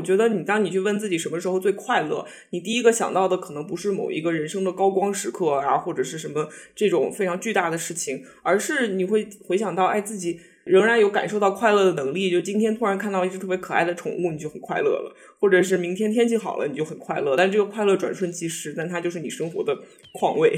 我觉得当你去问自己什么时候最快乐，你第一个想到的可能不是某一个人生的高光时刻啊，或者是什么这种非常巨大的事情，而是你会回想到自己仍然有感受到快乐的能力，就今天突然看到一只特别可爱的宠物你就很快乐了，或者是明天天气好了你就很快乐，但这个快乐转瞬即逝，但它就是你生活的况味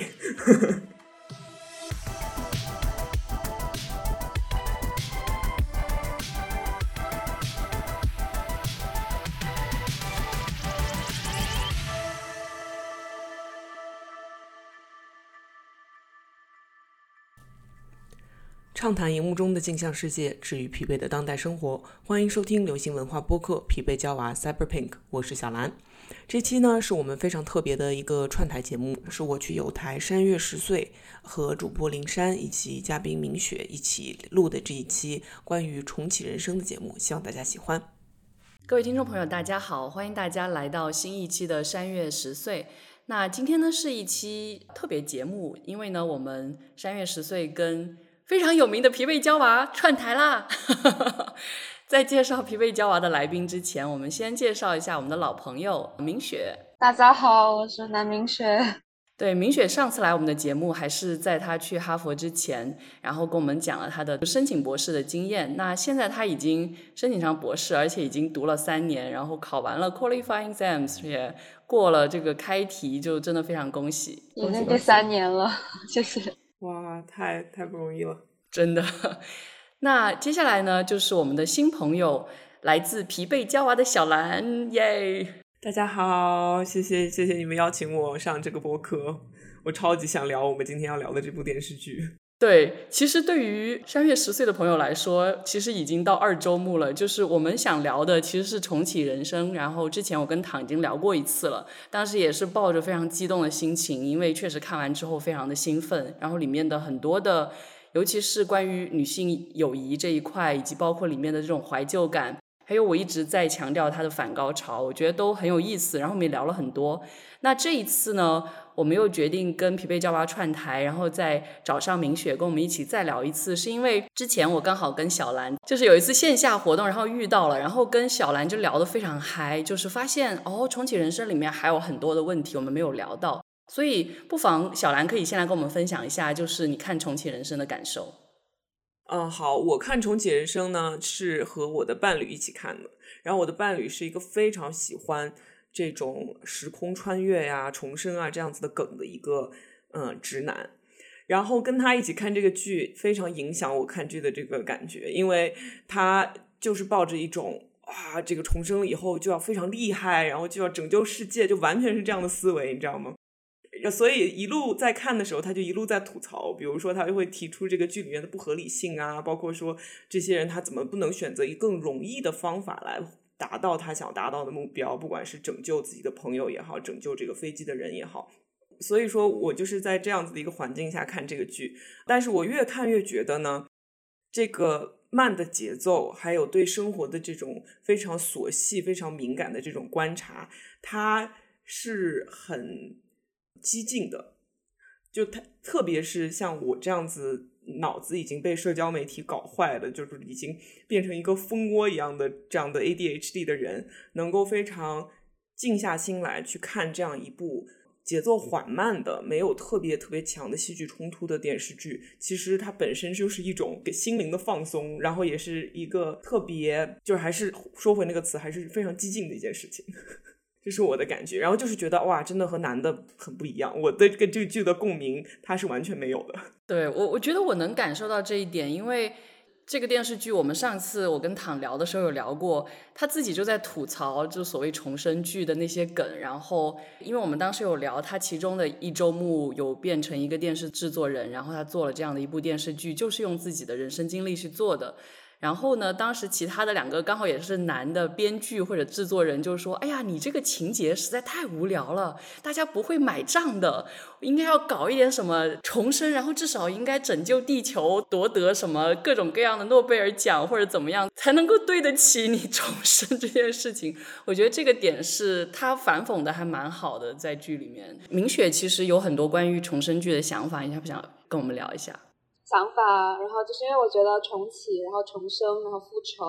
畅谈荧幕中的镜像世界，治愈疲惫的当代生活。欢迎收听流行文化播客《疲惫娇娃 Cyberpink》，我是小兰。这期呢是我们非常特别的一个串台节目，是我去有台山月10岁和主播灵山以及嘉宾明雪一起录的这一期关于重启人生的节目，希望大家喜欢。 各位听众朋友大家好，欢迎大家来到新一期的山月10岁。那今天呢是一期特别节目，因为呢我们山月10岁跟非常有名的疲惫娇娃串台啦在介绍疲惫娇娃的来宾之前，我们先介绍一下我们的老朋友明雪。 大家好，我是南明雪。 对，明雪上次来我们的节目还是在她去哈佛之前，然后跟我们讲了她的申请博士的经验。那现在她已经申请上博士，而且已经读了3年，然后考完了 qualifying exams， 也过了这个开题，就真的非常恭喜。 已经第3年了，谢谢。 哇，太不容易了， 真的。那接下来呢，就是我们的新朋友，来自疲惫娇娃的小兰，耶！ 大家好，谢谢你们邀请我上这个播客，我超级想聊我们今天要聊的这部电视剧。 对，其实对于山月10岁的朋友来说，其实已经到2周目了，就是我们想聊的其实是重启人生，然后之前我跟躺已经聊过一次了，当时也是抱着非常激动的心情，因为确实看完之后非常的兴奋，然后里面的很多的尤其是关于女性友谊这一块，以及包括里面的这种怀旧感，还有我一直在强调它的反高潮，我觉得都很有意思，然后我们也聊了很多。那这一次呢，我们又决定跟疲惫娇娃串台，然后再找上明雪跟我们一起再聊一次，是因为之前我刚好跟小兰就是有一次线下活动，然后遇到了，然后跟小兰就聊得非常嗨，就是发现重启人生里面还有很多的问题我们没有聊到，所以不妨小兰可以先来跟我们分享一下，就是你看重启人生的感受。 好，我看重启人生呢是和我的伴侣一起看的，然后我的伴侣是一个非常喜欢这种时空穿越呀、重生啊这样子的梗的一个直男，然后跟他一起看这个剧非常影响我看剧的这个感觉，因为他就是抱着一种这个重生了以后就要非常厉害，然后就要拯救世界，就完全是这样的思维，你知道吗？所以一路在看的时候他就一路在吐槽，比如说他就会提出这个剧里面的不合理性啊，包括说这些人他怎么不能选择一个更容易的方法来达到他想达到的目标，不管是拯救自己的朋友也好，拯救这个飞机的人也好。所以说我就是在这样子的一个环境下看这个剧，但是我越看越觉得呢，这个慢的节奏还有对生活的这种非常琐细非常敏感的这种观察，它是很激进的，就特别是像我这样子脑子已经被社交媒体搞坏了，就是已经变成一个蜂窝一样的这样的 ADHD 的人，能够非常静下心来去看这样一部节奏缓慢的没有特别强的戏剧冲突的电视剧，其实它本身就是一种给心灵的放松，然后也是一个特别就是还是说回那个词还是非常激进的一件事情这是我的感觉，然后就是觉得哇，真的和男的很不一样，我对这个剧的共鸣它是完全没有的。 对，我觉得我能感受到这一点，因为这个电视剧我们上次我跟躺聊的时候有聊过，他自己就在吐槽就所谓重生剧的那些梗，然后因为我们当时有聊他其中的1周目有变成一个电视制作人，然后他做了这样的一部电视剧，就是用自己的人生经历去做的。然后呢，当时其他的2个刚好也是男的编剧或者制作人就说，哎呀，你这个情节实在太无聊了，大家不会买账的，应该要搞一点什么重生，然后至少应该拯救地球，夺得什么各种各样的诺贝尔奖或者怎么样才能够对得起你重生这件事情。我觉得这个点是他反讽的还蛮好的，在剧里面。明雪其实有很多关于重生剧的想法，你想不想跟我们聊一下？ 想法，然后就是因为我觉得重启，然后重生，然后复仇，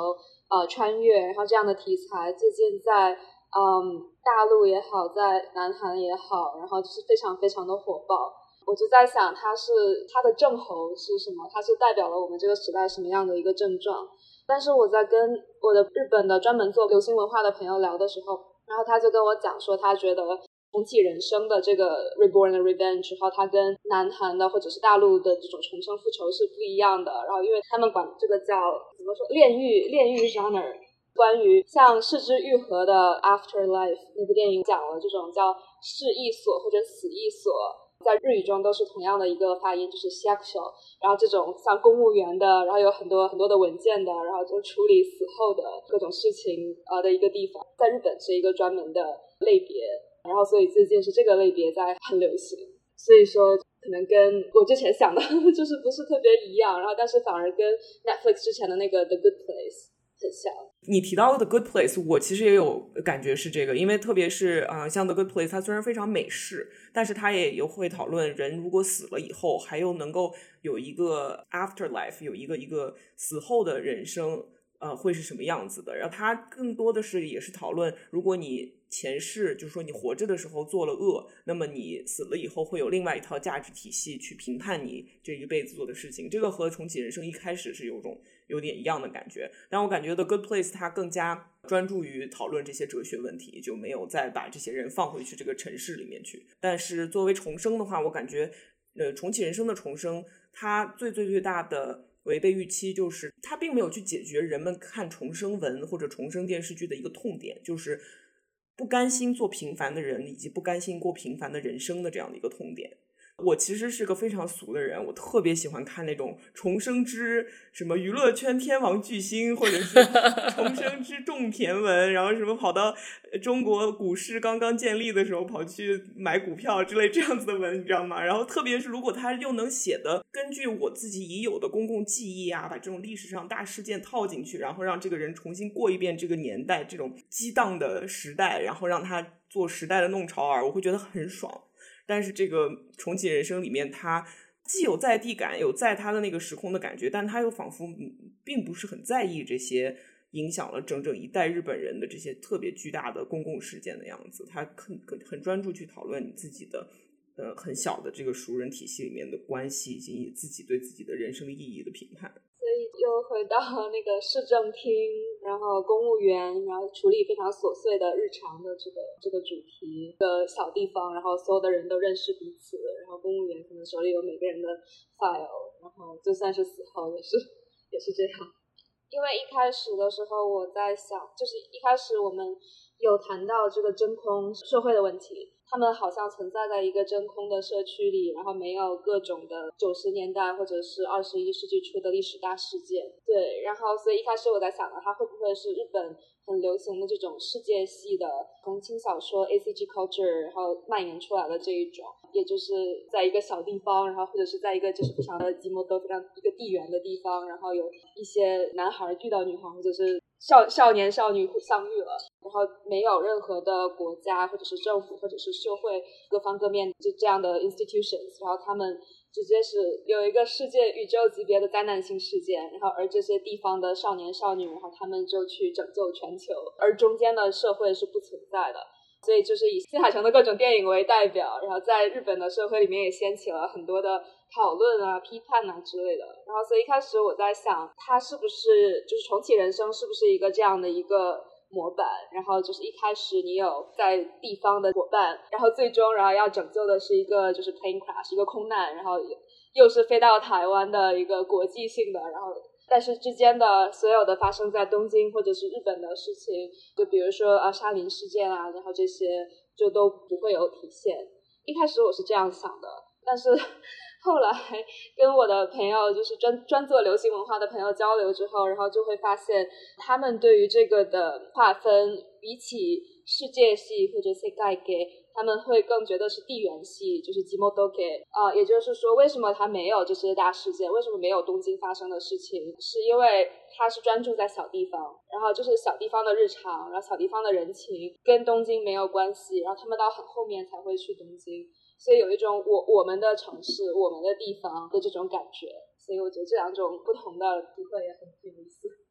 穿越，然后这样的题材最近在大陆也好，在南韩也好，然后就是非常非常的火爆。我就在想它的症候是什么，它是代表了我们这个时代什么样的一个症状。但是我在跟我的日本的专门做流行文化的朋友聊的时候，然后他就跟我讲说他觉得重启人生的这个 Reborn and Revenge， 然后它跟南韩的或者是大陆的这种重生复仇是不一样的。然后因为他们管这个叫怎么说炼狱 genre。关于像是枝裕和的 Afterlife 那部电影讲了这种叫释义所或者死义所，在日语中都是同样的一个发音，就是市役所。然后这种像公务员的，然后有很多很多的文件的，然后就处理死后的各种事情的一个地方，在日本是一个专门的类别。然后所以最近是这个类别在很流行，所以说可能跟我之前想的就是不是特别一样，然后但是反而跟 Netflix 之前的那个 The Good Place 很像。 你提到的 Good Place 我其实也有感觉是这个，因为特别是像 The Good Place 它虽然非常美式，但是它也会讨论人如果死了以后还有能够有一个 afterlife， 有一个死后的人生会是什么样子的。然后它更多的也是讨论，如果你前世就是说你活着的时候做了恶，那么你死了以后会有另外一套价值体系去评判你这一辈子做的事情。这个和重启人生一开始是有点一样的感觉，但我感觉 The Good Place 它更加专注于讨论这些哲学问题，就没有再把这些人放回去这个城市里面去。但是作为重生的话，我感觉重启人生的重生它最大的违背预期就是它并没有去解决人们看重生文或者重生电视剧的一个痛点，就是不甘心做平凡的人以及不甘心过平凡的人生的这样的一个痛点。我其实是个非常俗的人，我特别喜欢看那种重生之什么娱乐圈天王巨星，或者是重生之种田文，然后什么跑到中国股市刚刚建立的时候跑去买股票之类这样子的文，你知道吗？然后特别是如果他又能写的根据我自己已有的公共记忆啊，把这种历史上大事件套进去，然后让这个人重新过一遍这个年代这种激荡的时代，然后让他做时代的弄潮儿，我会觉得很爽。但是这个重启人生里面，它既有在地感，有在它的那个时空的感觉，但它又仿佛并不是很在意这些影响了整整一代日本人的这些特别巨大的公共事件的样子。它很专注去讨论你自己的很小的这个熟人体系里面的关系，以及你自己对自己的人生意义的评判。 所以又回到那个市政厅，然后公务员，然后处理非常琐碎的日常的这个主题的小地方，然后所有的人都认识彼此，然后公务员可能手里有每个人的 file， 然后就算是死后也是这样。因为一开始的时候我在想，就是一开始我们有谈到这个真空社会的问题，他们好像存在在一个真空的社区里，然后没有各种的90年代或者是21世纪初的历史大事件。对，然后所以一开始我在想它会不会是日本很流行的这种世界系的从轻小说 ACG culture 然后蔓延出来的这一种，也就是在一个小地方，然后或者是在一个就是非常的寂寞都非常一个地缘的地方，然后有一些男孩遇到女孩，或者是少年少女相遇了，然后没有任何的国家或者是政府或者是社会各方各面就这样的 institutions， 然后他们直接是有一个世界宇宙级别的灾难性事件，然后而这些地方的少年少女，然后他们就去拯救全球，而中间的社会是不存在的。所以就是以新海诚的各种电影为代表，然后在日本的社会里面也掀起了很多的讨论啊、批判啊之类的。然后所以一开始我在想，它是不是就是重启人生是不是一个这样的一个模板，然后就是一开始你有在地方的伙伴，然后最终然后要拯救的是一个就是 plane crash 一个空难，然后又是飞到台湾的一个国际性的，然后但是之间的所有的发生在东京或者是日本的事情，就比如说沙林事件啊，然后这些就都不会有体现。一开始我是这样想的，但是后来跟我的朋友就是专做流行文化的朋友交流之后，然后就会发现他们对于这个的划分比起世界系或者世界系，他们会更觉得是地缘系，就是地元系也就是说为什么它没有这些大事件，为什么没有东京发生的事情，是因为它是专注在小地方，然后就是小地方的日常，然后小地方的人情跟东京没有关系，然后他们到很后面才会去东京，所以有一种我们的城市我们的地方的这种感觉，所以我觉得这两种不同的体会也很有意思。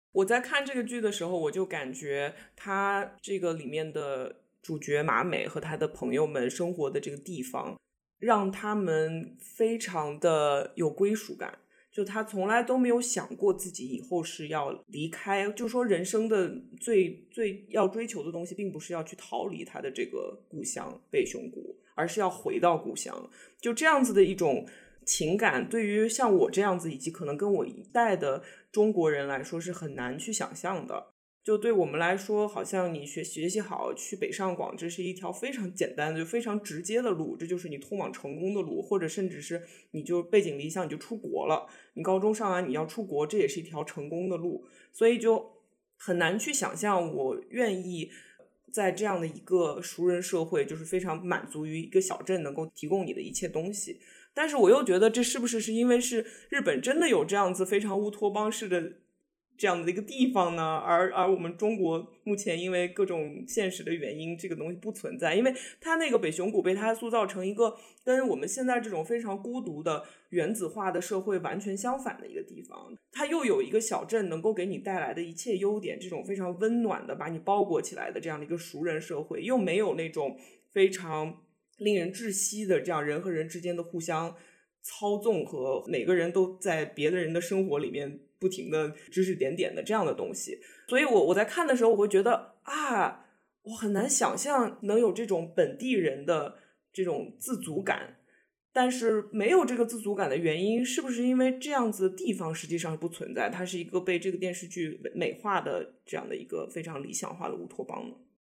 我在看这个剧的时候，我就感觉他这个里面的主角马美和他的朋友们生活的这个地方，让他们非常的有归属感。就他从来都没有想过自己以后是要离开，就说人生的最要追求的东西并不是要去逃离他的这个故乡北熊谷，而是要回到故乡。就这样子的一种情感，对于像我这样子以及可能跟我一代的中国人来说是很难去想象的。就对我们来说，好像你学习好去北上广，这是一条非常简单的就非常直接的路，这就是你通往成功的路，或者甚至是你就背井离乡你就出国了，你高中上完你要出国，这也是一条成功的路。所以就很难去想象我愿意在这样的一个熟人社会，就是非常满足于一个小镇能够提供你的一切东西。但是我又觉得这是不是因为是日本真的有这样子非常乌托邦式的这样的一个地方呢，而我们中国目前因为各种现实的原因这个东西不存在。因为它那个北熊谷被它塑造成一个跟我们现在这种非常孤独的原子化的社会完全相反的一个地方，它又有一个小镇能够给你带来的一切优点，这种非常温暖的把你包裹起来的这样的一个熟人社会，又没有那种非常令人窒息的这样人和人之间的互相操纵和每个人都在别的人的生活里面不停的指指点点的这样的东西。所以我在看的时候，我会觉得我很难想象能有这种本地人的这种自足感。但是没有这个自足感的原因，是不是因为这样子的地方实际上不存在，它是一个被这个电视剧美化的这样的一个非常理想化的乌托邦呢？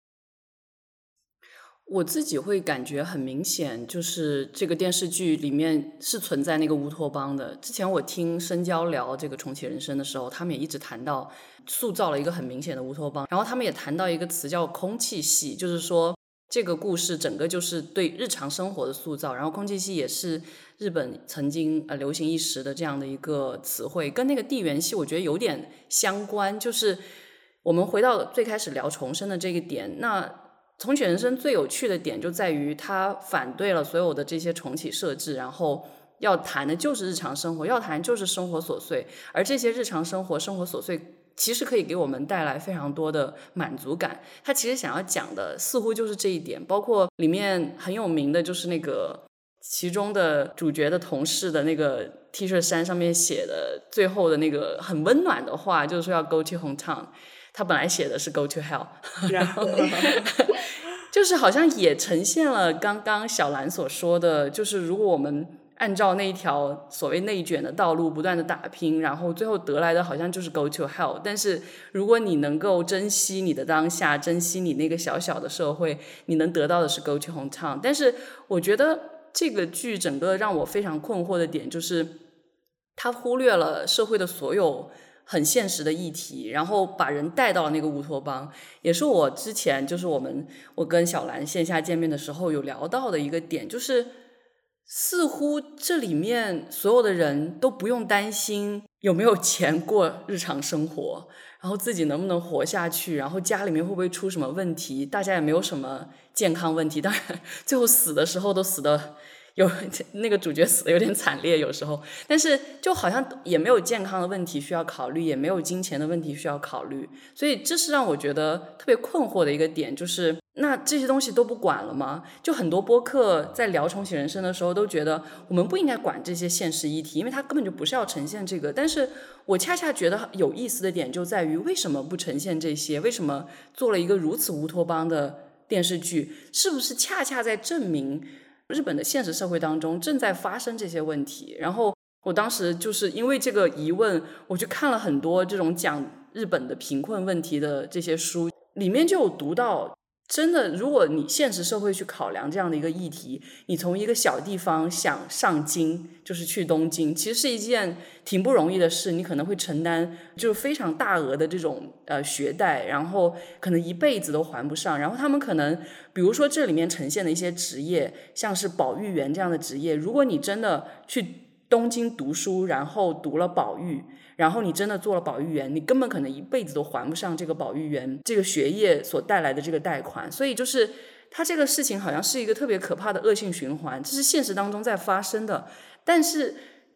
我自己会感觉很明显，就是这个电视剧里面是存在那个乌托邦的。之前我听深交聊这个重启人生的时候，他们也一直谈到塑造了一个很明显的乌托邦，然后他们也谈到一个词叫空气系，就是说这个故事整个就是对日常生活的塑造，然后空气系也是日本曾经流行一时的这样的一个词汇，跟那个地缘系我觉得有点相关。就是我们回到最开始聊重生的这个点，那重启人生最有趣的点就在于它反对了所有的这些重启设置，然后要谈的就是日常生活，要谈就是生活琐碎，而这些日常生活琐碎其实可以给我们带来非常多的满足感。他其实想要讲的似乎就是这一点，包括里面很有名的就是那个其中的主角的同事的那个 T 恤衫上面写的最后的那个很温暖的话，就是说要 go to hometown， 他本来写的是 go to hell， 然后就是好像也呈现了刚刚小兰所说的，就是如果我们按照那一条所谓内卷的道路不断的打拼，然后最后得来的好像就是 go to hell。 但是如果你能够珍惜你的当下，珍惜你那个小小的社会，你能得到的是 go to hometown。 但是我觉得这个剧整个让我非常困惑的点就是它忽略了社会的所有很现实的议题，然后把人带到了那个乌托邦。也是我之前就是我跟小兰线下见面的时候有聊到的一个点，就是似乎这里面所有的人都不用担心有没有钱过日常生活，然后自己能不能活下去，然后家里面会不会出什么问题，大家也没有什么健康问题。当然最后死的时候都死的那个主角死的有点惨烈有时候，但是就好像也没有健康的问题需要考虑，也没有金钱的问题需要考虑。所以这是让我觉得特别困惑的一个点，就是那这些东西都不管了吗？就很多播客在聊重启人生的时候都觉得我们不应该管这些现实议题，因为它根本就不是要呈现这个。但是我恰恰觉得有意思的点就在于为什么不呈现这些，为什么做了一个如此乌托邦的电视剧，是不是恰恰在证明日本的现实社会当中正在发生这些问题？然后我当时就是因为这个疑问，我去看了很多这种讲日本的贫困问题的这些书，里面就有读到真的如果你现实社会去考量这样的一个议题，你从一个小地方想上京，就是去东京，其实是一件挺不容易的事。你可能会承担就是非常大额的这种学贷，然后可能一辈子都还不上。然后他们可能比如说这里面呈现的一些职业，像是保育员这样的职业，如果你真的去东京读书，然后读了保育，然后你真的做了保育员，你根本可能一辈子都还不上这个保育员这个学业所带来的这个贷款。所以就是它这个事情好像是一个特别可怕的恶性循环，这是现实当中在发生的。但是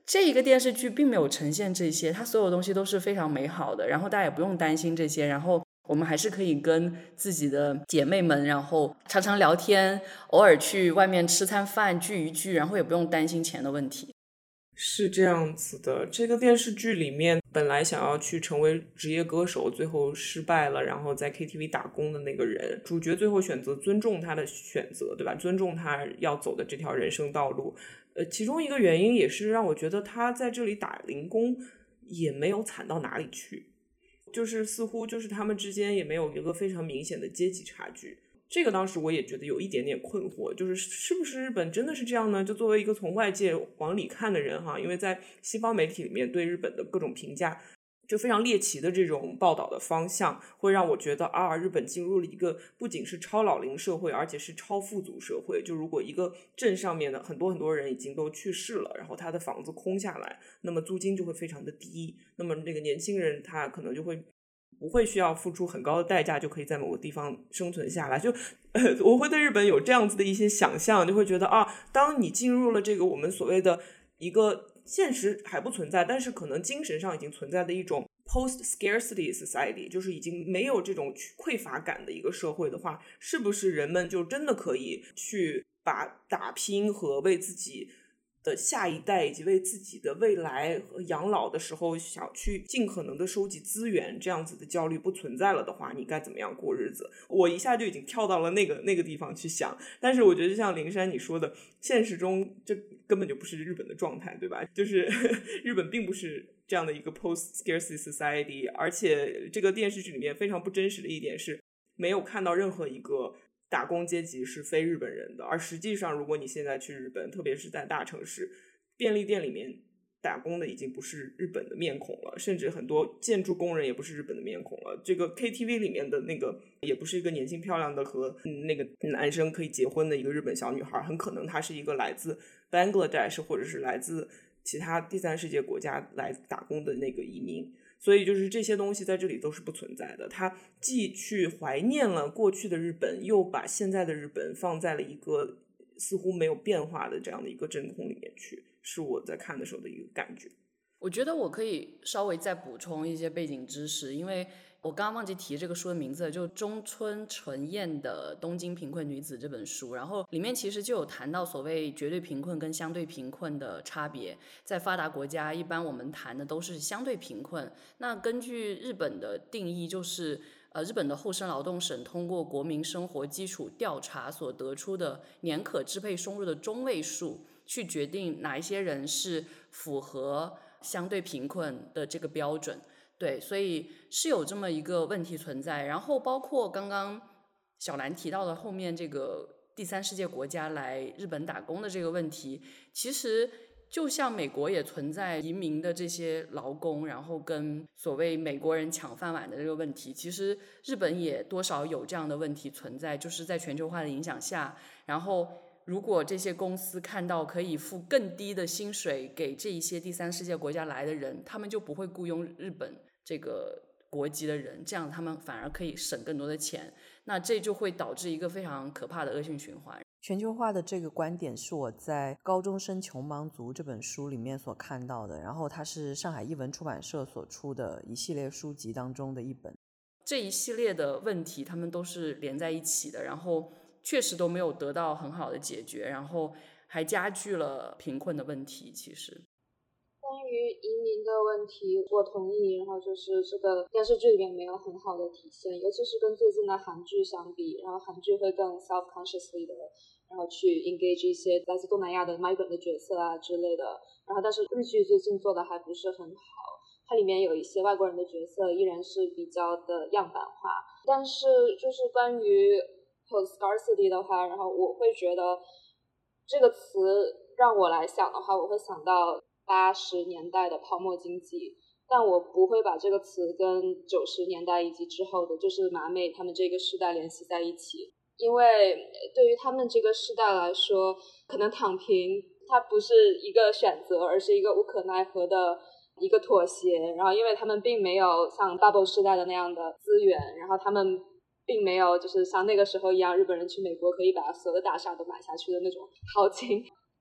这一个电视剧并没有呈现这些，它所有东西都是非常美好的，然后大家也不用担心这些，然后我们还是可以跟自己的姐妹们然后常常聊天，偶尔去外面吃餐饭聚一聚，然后也不用担心钱的问题。 是这样子的，这个电视剧里面本来想要去成为职业歌手，最后失败了，然后在 KTV 打工的那个人，主角最后选择尊重他的选择，对吧？尊重他要走的这条人生道路。其中一个原因也是让我觉得他在这里打零工也没有惨到哪里去，就是似乎就是他们之间也没有一个非常明显的阶级差距。这个当时我也觉得有一点点困惑，就是是不是日本真的是这样呢？就作为一个从外界往里看的人哈，因为在西方媒体里面对日本的各种评价就非常猎奇的这种报道的方向，会让我觉得日本进入了一个不仅是超老龄社会，而且是超富足社会。就如果一个镇上面的很多人已经都去世了，然后他的房子空下来，那么租金就会非常的低，那么那个年轻人他可能就会不会需要付出很高的代价就可以在某个地方生存下来。我会对日本有这样子的一些想象，就会觉得当你进入了这个我们所谓的一个现实还不存在，但是可能精神上已经存在的一种 post scarcity society， 就是已经没有这种匮乏感的一个社会的话，是不是人们就真的可以去把打拼和为自己的下一代以及为自己的未来和养老的时候想去尽可能的收集资源，这样子的焦虑不存在了的话，你该怎么样过日子？我一下就已经跳到了那个地方去想。但是我觉得就像灵山你说的，现实中这根本就不是日本的状态，对吧？就是日本并不是这样的一个 post scarcity society， 而且这个电视剧里面非常不真实的一点是没有看到任何一个打工阶级是非日本人的。而实际上如果你现在去日本，特别是在大城市，便利店里面打工的已经不是日本的面孔了，甚至很多建筑工人也不是日本的面孔了。这个 KTV 里面的那个也不是一个年轻漂亮的和那个男生可以结婚的一个日本小女孩，很可能她是一个来自 Bangladesh 或者是来自其他第三世界国家来打工的那个移民。所以就是这些东西在这里都是不存在的，他既去怀念了过去的日本，又把现在的日本放在了一个似乎没有变化的这样的一个真空里面去，是我在看的时候的一个感觉。 我觉得我可以稍微再补充一些背景知识，因为我刚刚忘记提这个书的名字，就中村纯彦的《东京贫困女子》这本书，然后里面其实就有谈到所谓绝对贫困跟相对贫困的差别。在发达国家，一般我们谈的都是相对贫困，那根据日本的定义，就是日本的厚生劳动省通过国民生活基础调查所得出的年可支配收入的中位数，去决定哪一些人是符合相对贫困的这个标准。对，所以是有这么一个问题存在。然后包括刚刚小兰提到的后面这个第三世界国家来日本打工的这个问题，其实就像美国也存在移民的这些劳工，然后跟所谓美国人抢饭碗的这个问题，其实日本也多少有这样的问题存在，就是在全球化的影响下，然后如果这些公司看到可以付更低的薪水给这一些第三世界国家来的人，他们就不会雇佣日本这个国籍的人，这样他们反而可以省更多的钱，那这就会导致一个非常可怕的恶性循环。 全球化的这个观点是我在《高中生穷忙族》这本书里面所看到的，然后它是上海译文出版社所出的一系列书籍当中的一本。 这一系列的问题他们都是连在一起的，然后确实都没有得到很好的解决，然后还加剧了贫困的问题。其实关于移民的问题我同意，然后就是这个电视剧里面没有很好的体现，尤其是跟最近的韩剧相比，然后韩剧会更 self-consciously 的然后去 engage 一些来自东南亚的 migrant 的角色啊之类的，然后但是日剧最近做的还不是很好，它里面有一些外国人的角色依然是比较的样板化。但是就是关于 post scarcity 的话，然后我会觉得这个词让我来想的话，我会想到80年代的泡沫经济，但我不会把这个词跟90年代以及之后的就是马美他们这个时代联系在一起，因为对于他们这个时代来说，可能躺平它不是一个选择，而是一个无可奈何的一个妥协。然后因为他们并没有像 Bubble 时代的那样的资源，然后他们并没有就是像那个时候一样日本人去美国可以把所有的大厦都买下去的那种豪情，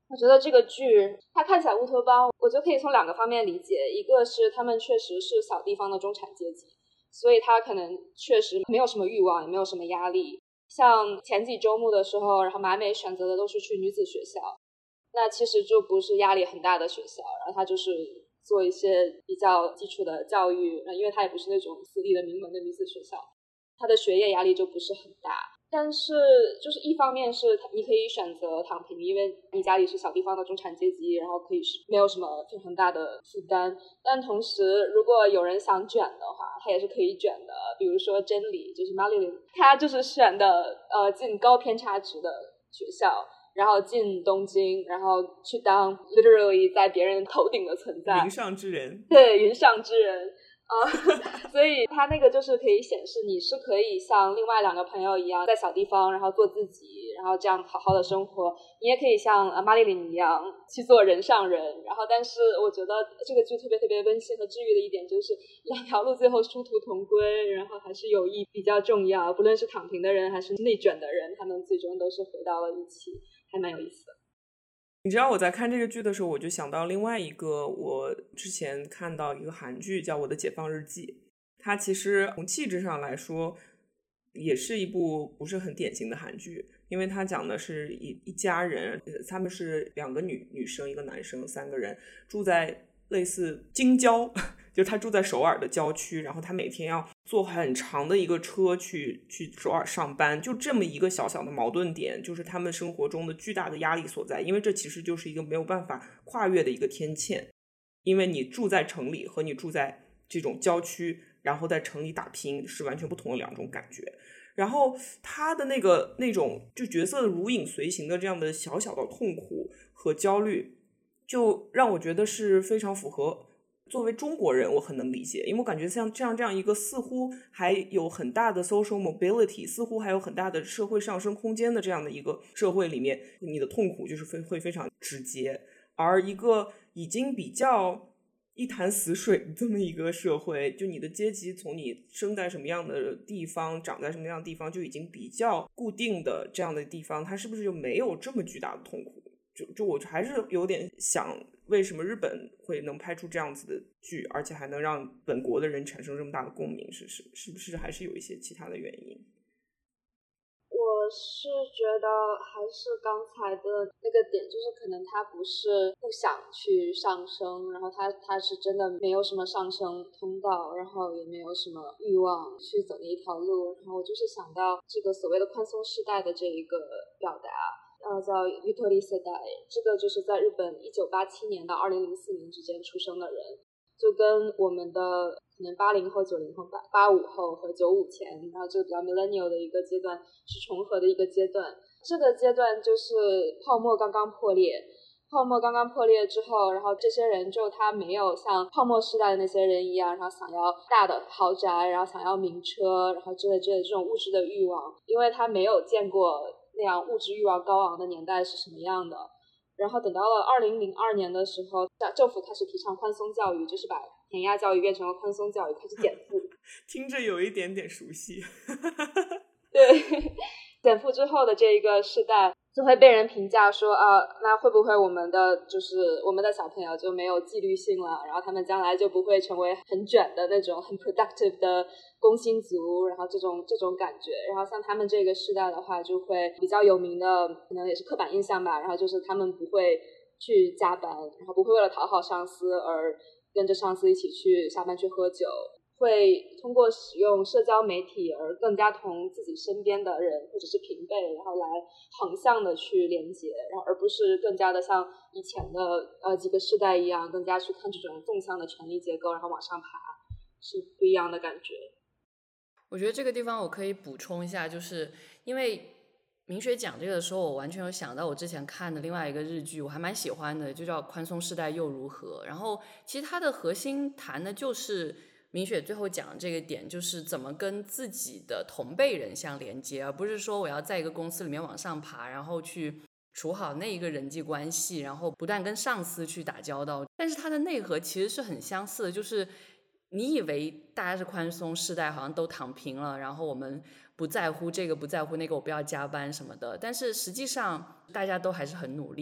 我觉得这个剧它看起来乌托邦，我觉得可以从2个方面理解，一个是他们确实是小地方的中产阶级，所以他可能确实没有什么欲望，也没有什么压力。像前几周末的时候，然后马美选择的都是去女子学校，那其实就不是压力很大的学校，然后他就是做一些比较基础的教育，因为他也不是那种私立的名门的女子学校，他的学业压力就不是很大。但是就是一方面是你可以选择躺平，因为你家里是小地方的中产阶级，然后可以没有什么非常大的负担，但同时如果有人想卷的话，他也是可以卷的。比如说真理，就是 Marilyn， 他就是选的进高偏差值的学校，然后进东京，然后去当 literally 在别人头顶的存在， 云上之人。 对，云上之人。所以他那个就是可以显示你是可以像另外2个朋友一样在小地方然后做自己，然后这样好好的生活，你也可以像玛丽琳一样去做人上人。然后但是我觉得这个剧特别特别温馨和治愈的一点就是2条路最后殊途同归，然后还是友谊比较重要，不论是躺平的人还是内卷的人，他们最终都是回到了一起，还蛮有意思的。 你知道我在看这个剧的时候，我就想到另外一个我之前看到一个韩剧叫《我的解放日记》，它其实从气质上来说也是一部不是很典型的韩剧，因为它讲的是一家人，他们是2个女生1个男生，3个人住在类似京郊，就是他住在首尔的郊区，然后他每天要坐很长的一个车去首尔上班，就这么一个小小的矛盾点，就是他们生活中的巨大的压力所在，因为这其实就是一个没有办法跨越的一个天堑，因为你住在城里和你住在这种郊区，然后在城里打拼是完全不同的2种感觉。然后他的那种就角色的如影随形的这样的小小的痛苦和焦虑，就让我觉得是非常符合，作为中国人我很能理解，因为我感觉像这样一个似乎还有很大的 social mobility， 似乎还有很大的社会上升空间的这样的一个社会里面，你的痛苦就是会非常直接，而一个已经比较一潭死水的这么一个社会，就你的阶级从你生在什么样的地方长在什么样的地方就已经比较固定的这样的地方，它是不是就没有这么巨大的痛苦？就我还是有点想，为什么日本会能拍出这样子的剧，而且还能让本国的人产生这么大的共鸣，是不是还是有一些其他的原因？ 我是觉得还是刚才的那个点，就是可能他不是不想去上升，然后他是真的没有什么上升通道，然后也没有什么欲望去走那一条路。然后我就是想到这个所谓的宽松世代的这一个表达，叫 Yutori 世代，这个就是在日本1987年到2004年之间出生的人，就跟我们的可能80后、90后、85后和95前，然后这个比较 millennial 的一个阶段是重合的一个阶段。这个阶段就是泡沫刚刚破裂，泡沫刚刚破裂之后，然后这些人就他没有像泡沫时代的那些人一样，然后想要大的豪宅，然后想要名车，然后之类这种物质的欲望，因为他没有见过那样物质欲望高昂的年代是什么样的。然后等到了2002年的时候，政府开始提倡宽松教育，就是把填鸭教育变成了宽松教育，开始减负。 听着有一点点熟悉。 对，减负之后的这一个世代就会被人评价说那会不会我们的小朋友就没有纪律性了，然后他们将来就不会成为很卷的那种很 productive 的工薪族，然后这种感觉。然后像他们这个世代的话，就会比较有名的可能也是刻板印象吧，然后就是他们不会去加班，然后不会为了讨好上司而跟着上司一起去下班去喝酒，会通过使用社交媒体而更加同自己身边的人或者是平辈，然后来横向的去连接，然后而不是更加的像以前的几个世代一样，更加去看这种纵向的权力结构，然后往上爬，是不一样的感觉。 我觉得这个地方我可以补充一下，就是因为明雪讲这个的时候，我完全有想到我之前看的另外一个日剧，我还蛮喜欢的，就叫《宽松世代又如何》。然后其实它的核心谈的就是明雪最后讲的这个点，就是怎么跟自己的同辈人相连接，而不是说我要在一个公司里面往上爬，然后去处好那一个人际关系，然后不断跟上司去打交道。但是它的内核其实是很相似的，就是你以为大家是宽松世代，好像都躺平了，然后我们不在乎这个不在乎那个，我不要加班什么的，但是实际上大家都还是很努力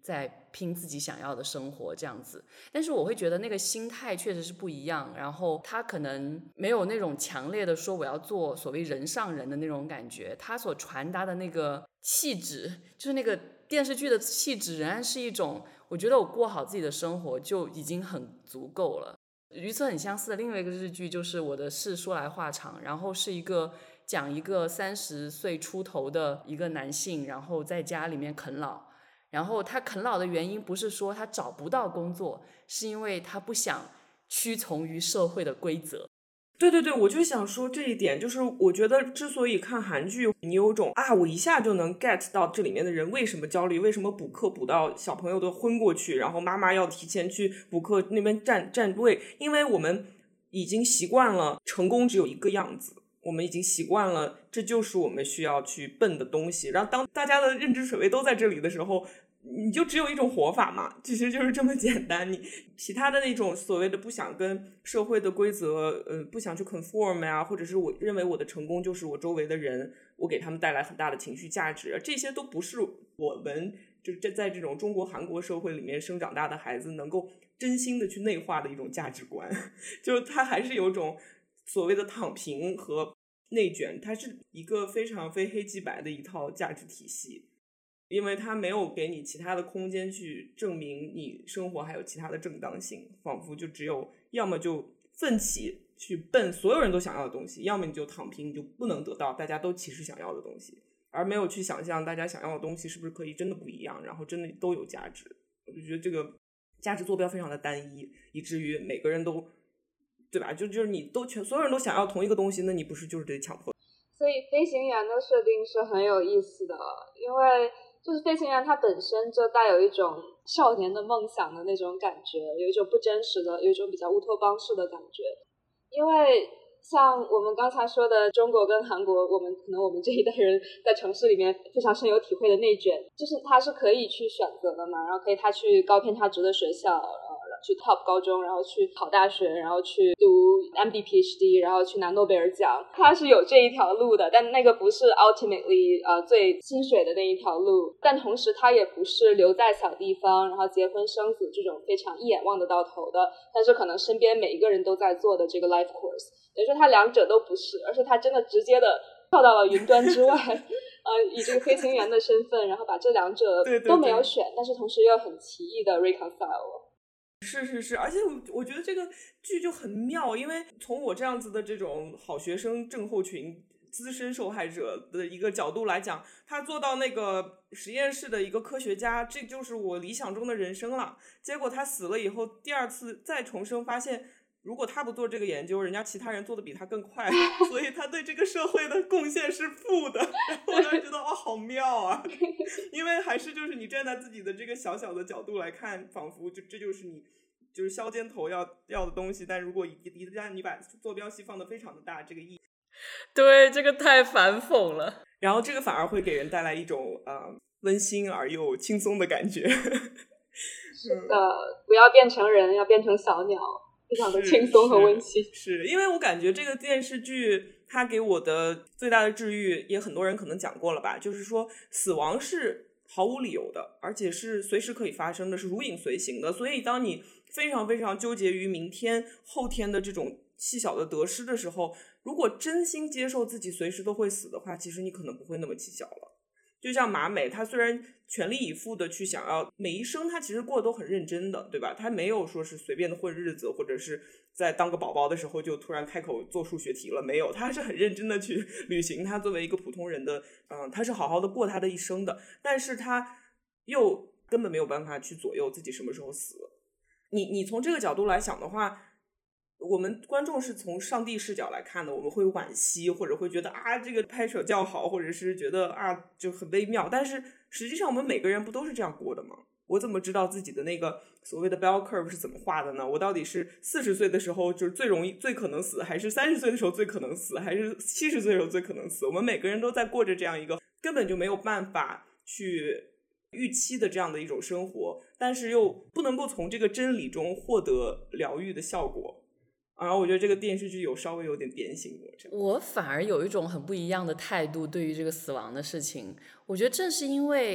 在拼自己想要的生活这样子。但是我会觉得那个心态确实是不一样，然后他可能没有那种强烈的说我要做所谓人上人的那种感觉，他所传达的那个气质，就是那个电视剧的气质，仍然是一种我觉得我过好自己的生活就已经很足够了。与此很相似的另外一个日剧就是《我的事说来话长》，然后是讲一个30岁出头的一个男性，然后在家里面啃老，然后他啃老的原因不是说他找不到工作，是因为他不想屈从于社会的规则。 对对对，我就想说这一点，就是我觉得之所以看韩剧，你有种我一下就能 get 到这里面的人为什么焦虑，为什么补课补到小朋友都昏过去，然后妈妈要提前去补课那边站位，因为我们已经习惯了成功只有一个样子，我们已经习惯了这就是我们需要去奔的东西，然后当大家的认知水位都在这里的时候，你就只有一种活法嘛，其实就是这么简单。你其他的那种所谓的不想跟社会的规则不想去 conform 呀，或者是我认为我的成功就是我周围的人，我给他们带来很大的情绪价值，这些都不是我们就是在这种中国韩国社会里面生长大的孩子能够真心的去内化的一种价值观。就它还是有种所谓的躺平和内卷，它是一个非常非黑即白的一套价值体系，因为它没有给你其他的空间去证明你生活还有其他的正当性，仿佛就只有要么就奋起去奔所有人都想要的东西，要么你就躺平，你就不能得到大家都其实想要的东西，而没有去想象大家想要的东西是不是可以真的不一样，然后真的都有价值。我就觉得这个价值坐标非常的单一，以至于每个人都对吧，就是你都所有人都想要同一个东西，那你不是就是得强迫。 所以飞行员的设定是很有意思的，因为就是飞行员他本身就带有一种少年的梦想的那种感觉，有一种不真实的，有一种比较乌托邦式的感觉。因为像我们刚才说的中国跟韩国，可能我们这一代人在城市里面非常深有体会的内卷，就是他是可以去选择的嘛，然后可以他去高偏差值的学校，去 top 高中，然后去考大学，然后去读 MD PhD， 然后去拿诺贝尔奖，他是有这一条路的，但那个不是 ultimately 最薪水的那一条路，但同时他也不是留在小地方然后结婚生子这种非常一眼望得到头的，但是可能身边每一个人都在做的这个 life course， 等于说他两者都不是，而是他真的直接的跳到了云端之外以这个飞行员的身份，然后把这两者都没有选，但是同时又很奇异的 reconcile。 是，而且我觉得这个剧就很妙，因为从我这样子的这种好学生症候群资深受害者的一个角度来讲，他做到那个实验室的一个科学家，这就是我理想中的人生了。结果他死了以后，第二次再重生，发现如果他不做这个研究，人家其他人做的比他更快，所以他对这个社会的贡献是负的。然后我就觉得好妙啊，因为还是就是你站在自己的这个小小的角度来看，仿佛这就是你就是削尖头要的东西，但如果一旦你把坐标系放得非常的大，这个意对，这个太反讽了， 然后这个反而会给人带来一种温馨而又轻松的感觉。 是的，不要变成人，要变成小鸟，非常的轻松和温馨。 是因为我感觉这个电视剧它给我的最大的治愈，也很多人可能讲过了吧，就是说死亡是毫无理由的，而且是随时可以发生的，是如影随形的。所以当你非常非常纠结于明天后天的这种细小的得失的时候，如果真心接受自己随时都会死的话，其实你可能不会那么计较了。就像马美，她虽然全力以赴的去想要每一生，她其实过得都很认真的，对吧？她没有说是随便的混日子，或者是在当个宝宝的时候就突然开口做数学题了，没有，她是很认真的去履行她作为一个普通人的她是好好的过她的一生的，但是她又根本没有办法去左右自己什么时候死。你从这个角度来想的话，我们观众是从上帝视角来看的，我们会惋惜，或者会觉得这个拍摄较好，或者是觉得就很微妙，但是实际上我们每个人不都是这样过的吗？我怎么知道自己的那个所谓的 bell curve 是怎么画的呢？我到底是40岁的时候就是最可能死，还是30岁的时候最可能死，还是70岁的时候最可能死？我们每个人都在过着这样一个根本就没有办法去预期的这样的一种生活，但是又不能够从这个真理中获得疗愈的效果。然后我觉得这个电视剧稍微有点点醒我反而有一种很不一样的态度对于这个死亡的事情。我觉得正是因为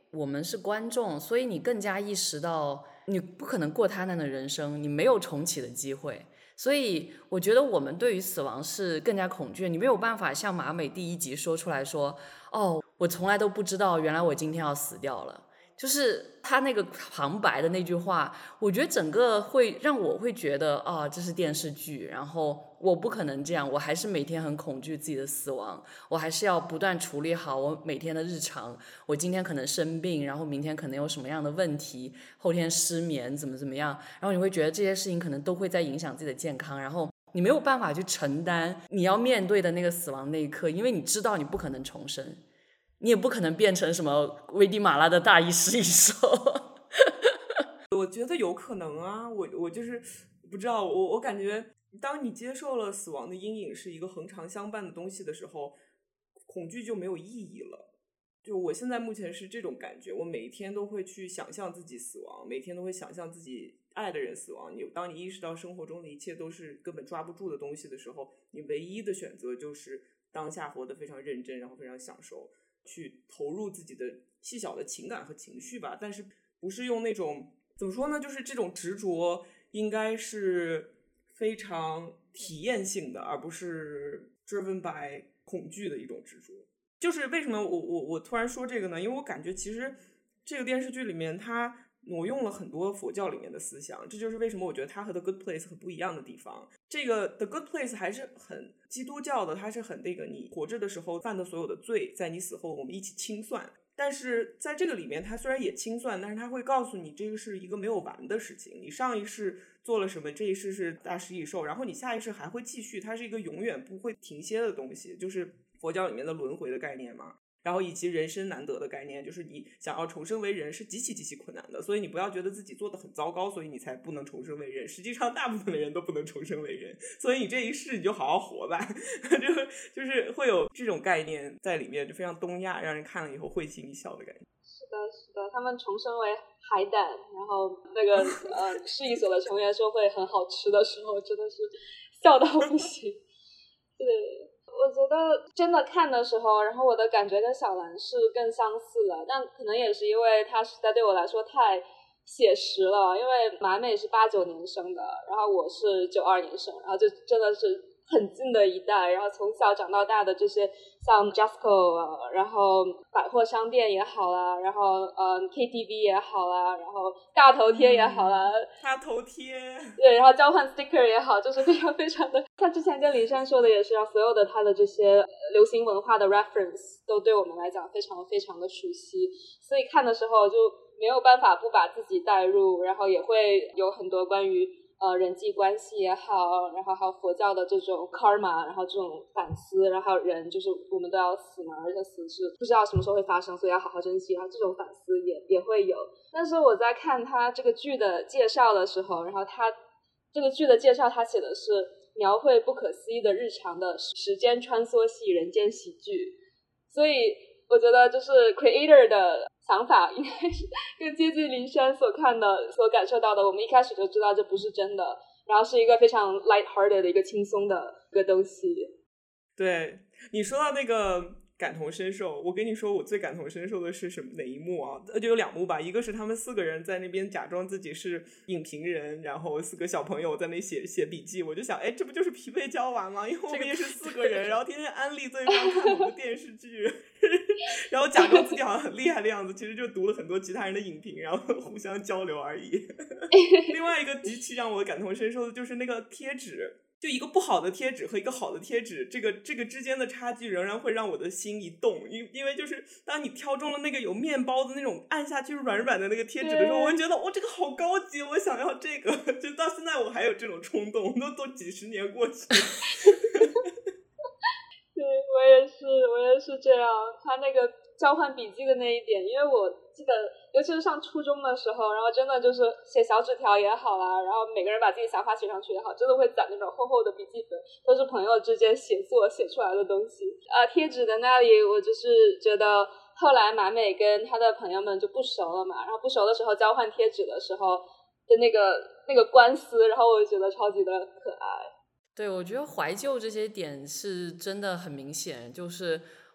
我们是观众，所以你更加意识到你不可能过他那样的人生，你没有重启的机会。所以我觉得我们对于死亡是更加恐惧，你没有办法像马美第1集说出来说，哦，我从来都不知道原来我今天要死掉了。就是他那个旁白的那句话，我觉得整个会让我会觉得啊，这是电视剧，然后我不可能这样，我还是每天很恐惧自己的死亡，我还是要不断处理好我每天的日常，我今天可能生病，然后明天可能有什么样的问题，后天失眠怎么样，然后你会觉得这些事情可能都会在影响自己的健康，然后你没有办法去承担你要面对的那个死亡那一刻，因为你知道你不可能重生，你也不可能变成什么危地马拉的大一师一手。 我觉得有可能啊，我就是不知道，我感觉当你接受了死亡的阴影是一个恒常相伴的东西的时候，恐惧就没有意义了。就我现在目前是这种感觉，我每一天都会去想象自己死亡，每天都会想象自己爱的人死亡。当你意识到生活中的一切都是根本抓不住的东西的时候，你唯一的选择就是当下活得非常认真，然后非常享受，去投入自己的细小的情感和情绪吧。但是不是用那种怎么说呢，就是这种执着应该是非常体验性的，而不是 driven by 恐惧的一种执着。就是为什么我突然说这个呢？因为我感觉其实这个电视剧里面它挪用了很多佛教里面的思想，这就是为什么我觉得它和 The Good Place 很不一样的地方。这个 The Good Place 还是很基督教的，它是很那个你活着的时候犯的所有的罪，在你死后我们一起清算。但是在这个里面它虽然也清算，但是它会告诉你这个是一个没有完的事情，你上一世做了什么，这一世是大食蚁兽，然后你下一世还会继续，它是一个永远不会停歇的东西，就是佛教里面的轮回的概念嘛。然后以及人生难得的概念，就是你想要重生为人是极其困难的，所以你不要觉得自己做得很糟糕，所以你才不能重生为人，实际上大部分的人都不能重生为人，所以你这一世你就好好活吧。就是会有这种概念在里面，就非常东亚，让人看了以后会心一笑的感觉。 是的，他们重生为海胆，然后那个市役所的成员说会很好吃的时候，真的是笑到不行。对，我觉得真的看的时候，然后我的感觉跟小兰是更相似的，但可能也是因为它实在对我来说太写实了，因为马美是89年生的，然后我是92年生，然后就真的是很近的一代，然后从小长到大的这些像 Jasco 然后百货商店也好啦，然后KTV 也好啦，然后大头贴也好啦， 大头贴， 对，然后交换 sticker 也好，就是非常的像之前跟林珊说的也是，让所有的他的这些流行文化的 reference 都对我们来讲非常的熟悉，所以看的时候就没有办法不把自己带入，然后也会有很多关于人际关系也好，然后还有佛教的这种 karma， 然后这种反思，然后人就是我们都要死嘛，而且死是不知道什么时候会发生，所以要好好珍惜，然后这种反思也会有。但是我在看他这个剧的介绍的时候，然后他这个剧的介绍他写的是描绘不可思议的日常的时间穿梭系人间喜剧，所以我觉得就是 creator 的想法应该是更接近林珊所看的所感受到的，我们一开始就知道这不是真的，然后是一个非常 light-hearted 的一个轻松的一个东西。 对，你说到那个感同身受，我跟你说我最感同身受的是哪一幕啊？就有2幕吧，一个是他们4个人在那边假装自己是影评人，然后4个小朋友在那写笔记，我就想这不就是匹配交完吗？因为我们也是4个人，然后天天安利对方看某个电视剧然后假装自己好像很厉害的样子，其实就读了很多其他人的影评，然后互相交流而已另外一个极其让我感同身受的就是那个贴纸，就一个不好的贴纸和一个好的贴纸，这个之间的差距仍然会让我的心一动，因为就是当你挑中了那个有面包的那种按下去软软的那个贴纸的时候，我会觉得这个好高级，我想要这个，就到现在我还有这种冲动，都几十年过去了对，我也是这样。他那个交换笔记的那一点，因为我记得尤其是上初中的时候，然后真的就是写小纸条也好啦，然后每个人把自己想法写上去也好，真的会攒那种厚厚的笔记本，都是朋友之间写出来的东西。贴纸的那里我就是觉得后来马美跟他的朋友们就不熟了嘛，然后不熟的时候交换贴纸的时候的那个官司，然后我就觉得超级的可爱。 对，我觉得怀旧这些点是真的很明显，就是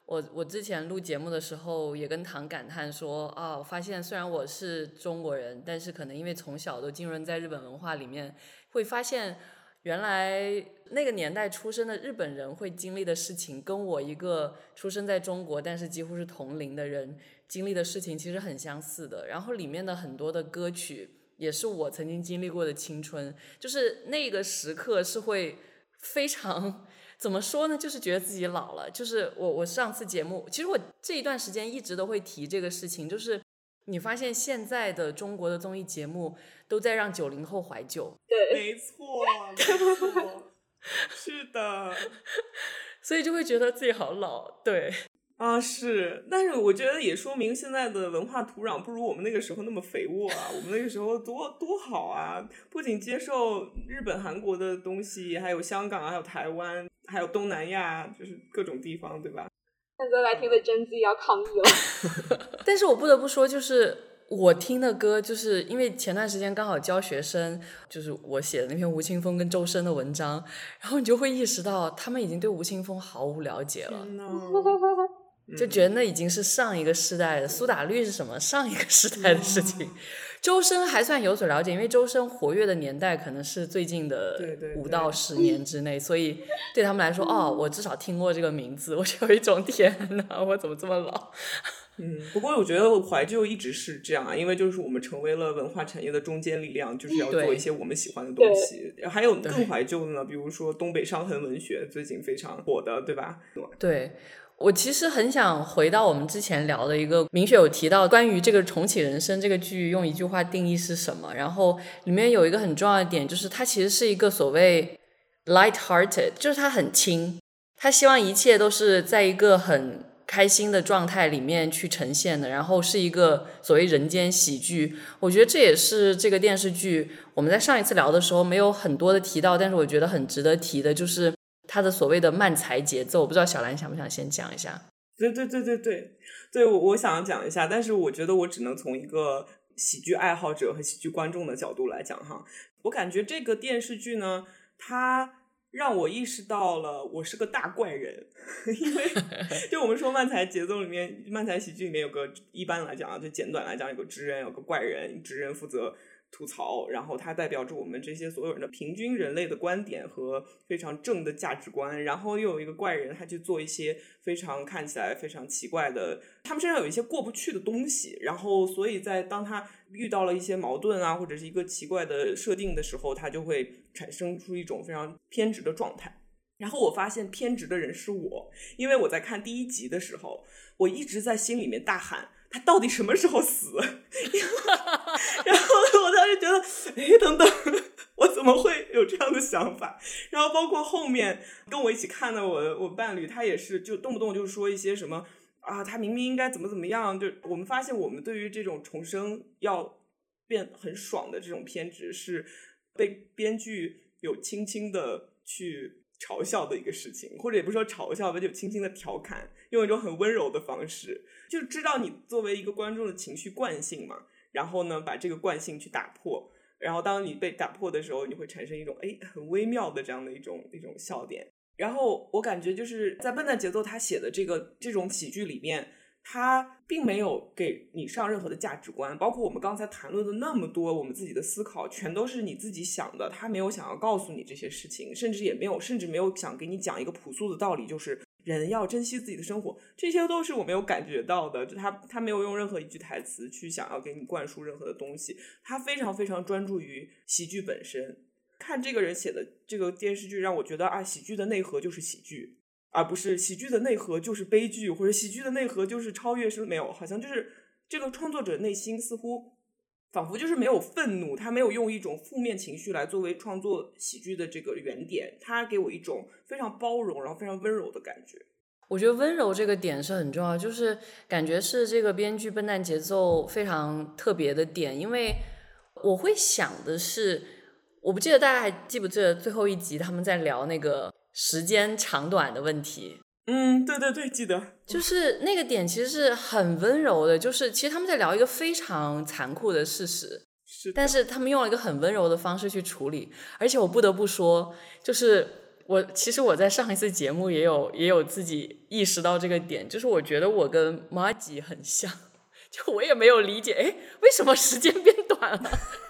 我之前录节目的时候也跟唐感叹说啊，我发现虽然我是中国人，但是可能因为从小都浸润在日本文化里面，会发现原来那个年代出生的日本人会经历的事情，跟我一个出生在中国但是几乎是同龄的人经历的事情其实很相似的。然后里面的很多的歌曲也是我曾经经历过的青春，就是那个时刻是会非常怎么说呢，就是觉得自己老了。就是我上次节目，其实我这一段时间一直都会提这个事情，就是你发现现在的中国的综艺节目都在让90后怀旧。 对， 没错没错，是的， 所以就会觉得自己好老。对啊，是，但是我觉得也说明现在的文化土壤不如我们那个时候那么肥沃啊。我们那个时候多好啊，不仅接受日本韩国的东西，还有香港，还有台湾，还有东南亚，就是各种地方，对吧？ 现在来听的真 Z 要抗议了。 但是我不得不说，就是我听的歌，就是因为前段时间刚好教学生，就是我写的那篇吴青峰跟周深的文章，然后你就会意识到他们已经对吴青峰毫无了解了，就觉得那已经是上一个时代的，苏打绿是什么上一个时代的事情。周深还算有所了解，因为周深活跃的年代可能是最近的5到10年之内，所以对他们来说，哦，我至少听过这个名字，我就有一种天哪，我怎么这么老。 不过我觉得怀旧一直是这样啊，因为就是我们成为了文化产业的中坚力量，就是要做一些我们喜欢的东西。还有更怀旧的呢，比如说东北伤痕文学最近非常火的，对吧？ 对，我其实很想回到我们之前聊的一个，明雪有提到关于这个重启人生这个剧用一句话定义是什么，然后里面有一个很重要的点，就是它其实是一个所谓 light-hearted， 就是它很轻，它希望一切都是在一个很开心的状态里面去呈现的，然后是一个所谓人间喜剧。我觉得这也是这个电视剧我们在上一次聊的时候没有很多的提到，但是我觉得很值得提的就是它的所谓的慢才节奏。我不知道小兰想不想先讲一下？ 对，我想讲一下，但是我觉得我只能从一个喜剧爱好者和喜剧观众的角度来讲哈。我感觉这个电视剧呢，它让我意识到了我是个大怪人。因为就我们说慢才节奏里面，慢才喜剧里面有个，一般来讲啊，就简短来讲，有个职人，有个怪人，职人负责吐槽，然后它代表着我们这些所有人的平均人类的观点和非常正的价值观，然后又有一个怪人，他去做一些非常看起来非常奇怪的，他们身上有一些过不去的东西，然后所以在当他遇到了一些矛盾啊，或者是一个奇怪的设定的时候，他就会产生出一种非常偏执的状态。然后我发现偏执的人是我，因为我在看第1集的时候，我一直在心里面大喊他到底什么时候死。然后我当时觉得等等，我怎么会有这样的想法。然后包括后面跟我一起看的我伴侣，他也是就动不动就说一些什么啊，他明明应该怎么样。就我们发现我们对于这种重生要变很爽的这种偏执，是被编剧有轻轻的去嘲笑的一个事情，或者也不是说嘲笑吧，就轻轻的调侃，用一种很温柔的方式，就知道你作为一个观众的情绪惯性嘛，然后呢把这个惯性去打破，然后当你被打破的时候，你会产生一种很微妙的这样的一种笑点。然后我感觉就是在笨蛋节奏他写的这种喜剧里面，他并没有给你上任何的价值观，包括我们刚才谈论的那么多我们自己的思考，全都是你自己想的，他没有想要告诉你这些事情，甚至没有想给你讲一个朴素的道理，就是人要珍惜自己的生活，这些都是我没有感觉到的。就他没有用任何一句台词去想要给你灌输任何的东西，他非常非常专注于喜剧本身。看这个人写的这个电视剧，让我觉得喜剧的内核就是喜剧，而不是喜剧的内核就是悲剧，或者喜剧的内核就是超越，是没有，好像就是这个创作者内心似乎仿佛就是没有愤怒，他没有用一种负面情绪来作为创作喜剧的这个原点，他给我一种非常包容然后非常温柔的感觉。 我觉得温柔这个点是很重要，就是感觉是这个编剧笨蛋节奏非常特别的点。因为我会想的是，我不记得大家还记不记得最后一集他们在聊那个时间长短的问题。 对，记得。 就是那个点其实是很温柔的，就是其实他们在聊一个非常残酷的事实，但是他们用了一个很温柔的方式去处理。而且我不得不说，就是其实我在上一次节目也有自己意识到这个点，就是我觉得我跟马吉很像，就我也没有理解，为什么时间变短了？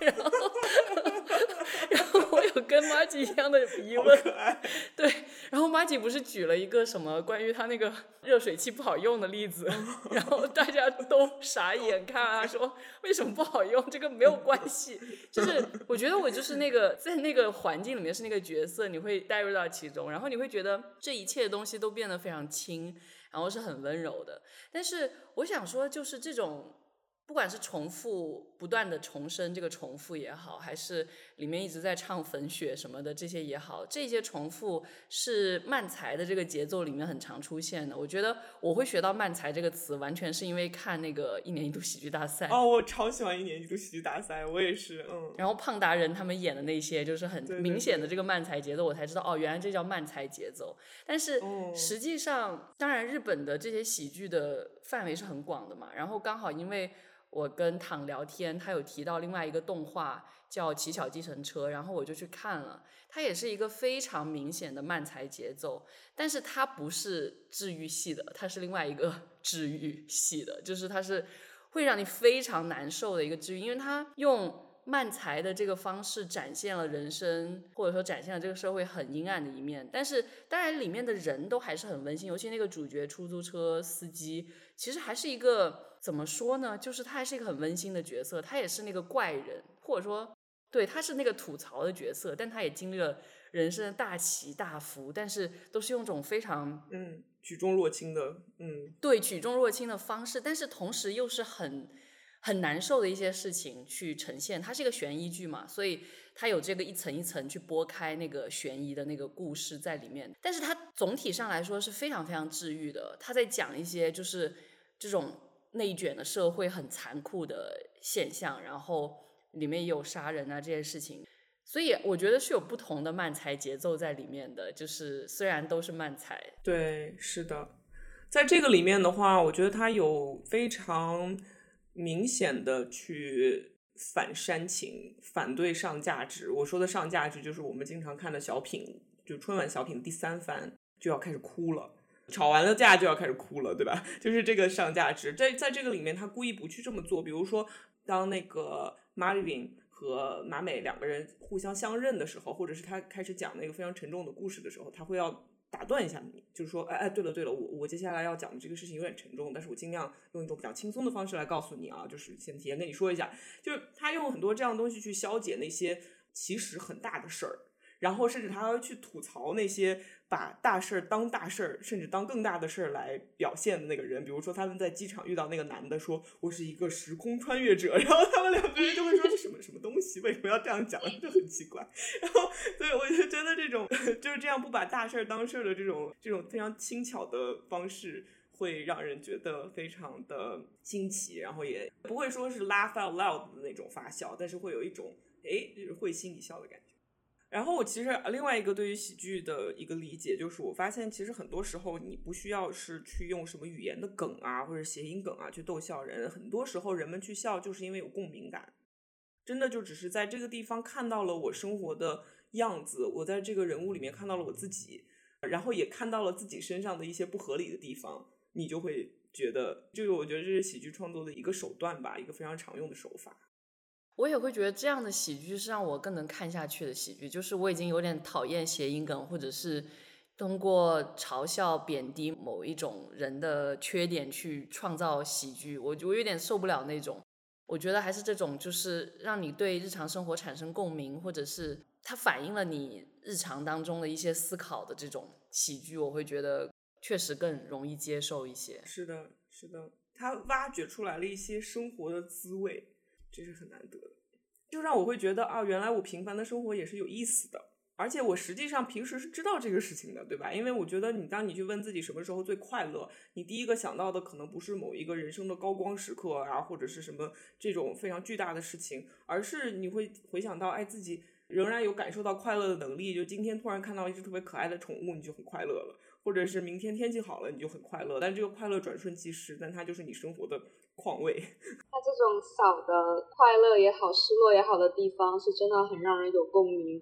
然后我有跟马吉一样的疑问，对，然后马吉不是举了一个什么关于他那个热水器不好用的例子，然后大家都傻眼看啊，说为什么不好用？这个没有关系，就是我觉得我就是那个在那个环境里面是那个角色，你会带入到其中，然后你会觉得这一切的东西都变得非常轻，然后是很温柔的。但是我想说，就是这种不管是重复不断的重申这个重复也好，还是里面一直在唱粉雪什么的这些也好，这些重复是漫才的这个节奏里面很常出现的。我觉得我会学到漫才这个词完全是因为看那个一年一度喜剧大赛。 我超喜欢一年一度喜剧大赛，我也是。 然后胖达人他们演的那些就是很明显的这个漫才节奏，我才知道原来这叫漫才节奏。但是实际上当然日本的这些喜剧的范围是很广的嘛，然后刚好因为我跟唐聊天，他有提到另外一个动画叫《奇巧计程车》，然后我就去看了，它也是一个非常明显的漫才节奏，但是它不是治愈系的，它是另外一个治愈系的，就是它是会让你非常难受的一个治愈，因为它用漫才的这个方式展现了人生，或者说展现了这个社会很阴暗的一面，但是当然里面的人都还是很温馨，尤其那个主角出租车司机其实还是一个怎么说呢，就是他还是一个很温馨的角色，他也是那个怪人，或者说对，他是那个吐槽的角色，但他也经历了人生的大起大伏，但是都是用一种非常举重若轻的对，举重若轻的方式，但是同时又是很难受的一些事情去呈现。它是一个悬疑剧嘛，所以它有这个一层一层去拨开那个悬疑的那个故事在里面，但是它总体上来说是非常非常治愈的。它在讲一些就是这种内卷的社会很残酷的现象，然后里面也有杀人啊这些事情，所以我觉得是有不同的漫才节奏在里面的，就是虽然都是漫才。 对，是的。在这个里面的话，我觉得它有非常明显的去反煽情，反对上价值。我说的上价值就是我们经常看的小品，就春晚小品第3番就要开始哭了，吵完了架就要开始哭了，对吧？就是这个上价值。在这个里面他故意不去这么做，比如说当那个 Marilyn 和马美两个人互相相认的时候，或者是他开始讲那个非常沉重的故事的时候，他会要打断一下你，就是说对了，我接下来要讲的这个事情有点沉重，但是我尽量用一种比较轻松的方式来告诉你啊，就是先提前跟你说一下，就是他用很多这样的东西去消解那些其实很大的事儿，然后甚至他还会去吐槽那些把大事当大事甚至当更大的事来表现的那个人。比如说他们在机场遇到那个男的说我是一个时空穿越者，然后他们两个人就会说这什么东西，为什么要这样讲，就很奇怪。然后所以我就觉得这种就是这样不把大事当事的这种非常轻巧的方式会让人觉得非常的新奇，然后也不会说是 laugh out loud 的那种发笑，但是会有一种就是会心一笑的感觉。然后我其实另外一个对于喜剧的一个理解，就是我发现其实很多时候你不需要是去用什么语言的梗啊或者谐音梗啊去逗笑人，很多时候人们去笑就是因为有共鸣感，真的就只是在这个地方看到了我生活的样子，我在这个人物里面看到了我自己，然后也看到了自己身上的一些不合理的地方，你就会觉得这个，我觉得这是喜剧创作的一个手段吧，一个非常常用的手法。 我也会觉得这样的喜剧是让我更能看下去的喜剧，就是我已经有点讨厌谐音梗，或者是通过嘲笑贬低某一种人的缺点去创造喜剧，我有点受不了那种。我觉得还是这种就是让你对日常生活产生共鸣，或者是它反映了你日常当中的一些思考的这种喜剧，我会觉得确实更容易接受一些。 是的，是的，它挖掘出来了一些生活的滋味，这是很难得的，就让我会觉得原来我平凡的生活也是有意思的，而且我实际上平时是知道这个事情的，对吧？因为我觉得当你去问自己什么时候最快乐，你第一个想到的可能不是某一个人生的高光时刻啊，或者是什么这种非常巨大的事情，而是你会回想到自己仍然有感受到快乐的能力，就今天突然看到一只特别可爱的宠物你就很快乐了，或者是明天天气好了你就很快乐，但这个快乐转瞬即逝，但它就是你生活的况味。 它这种小的快乐也好失落也好的地方是真的很让人有共鸣，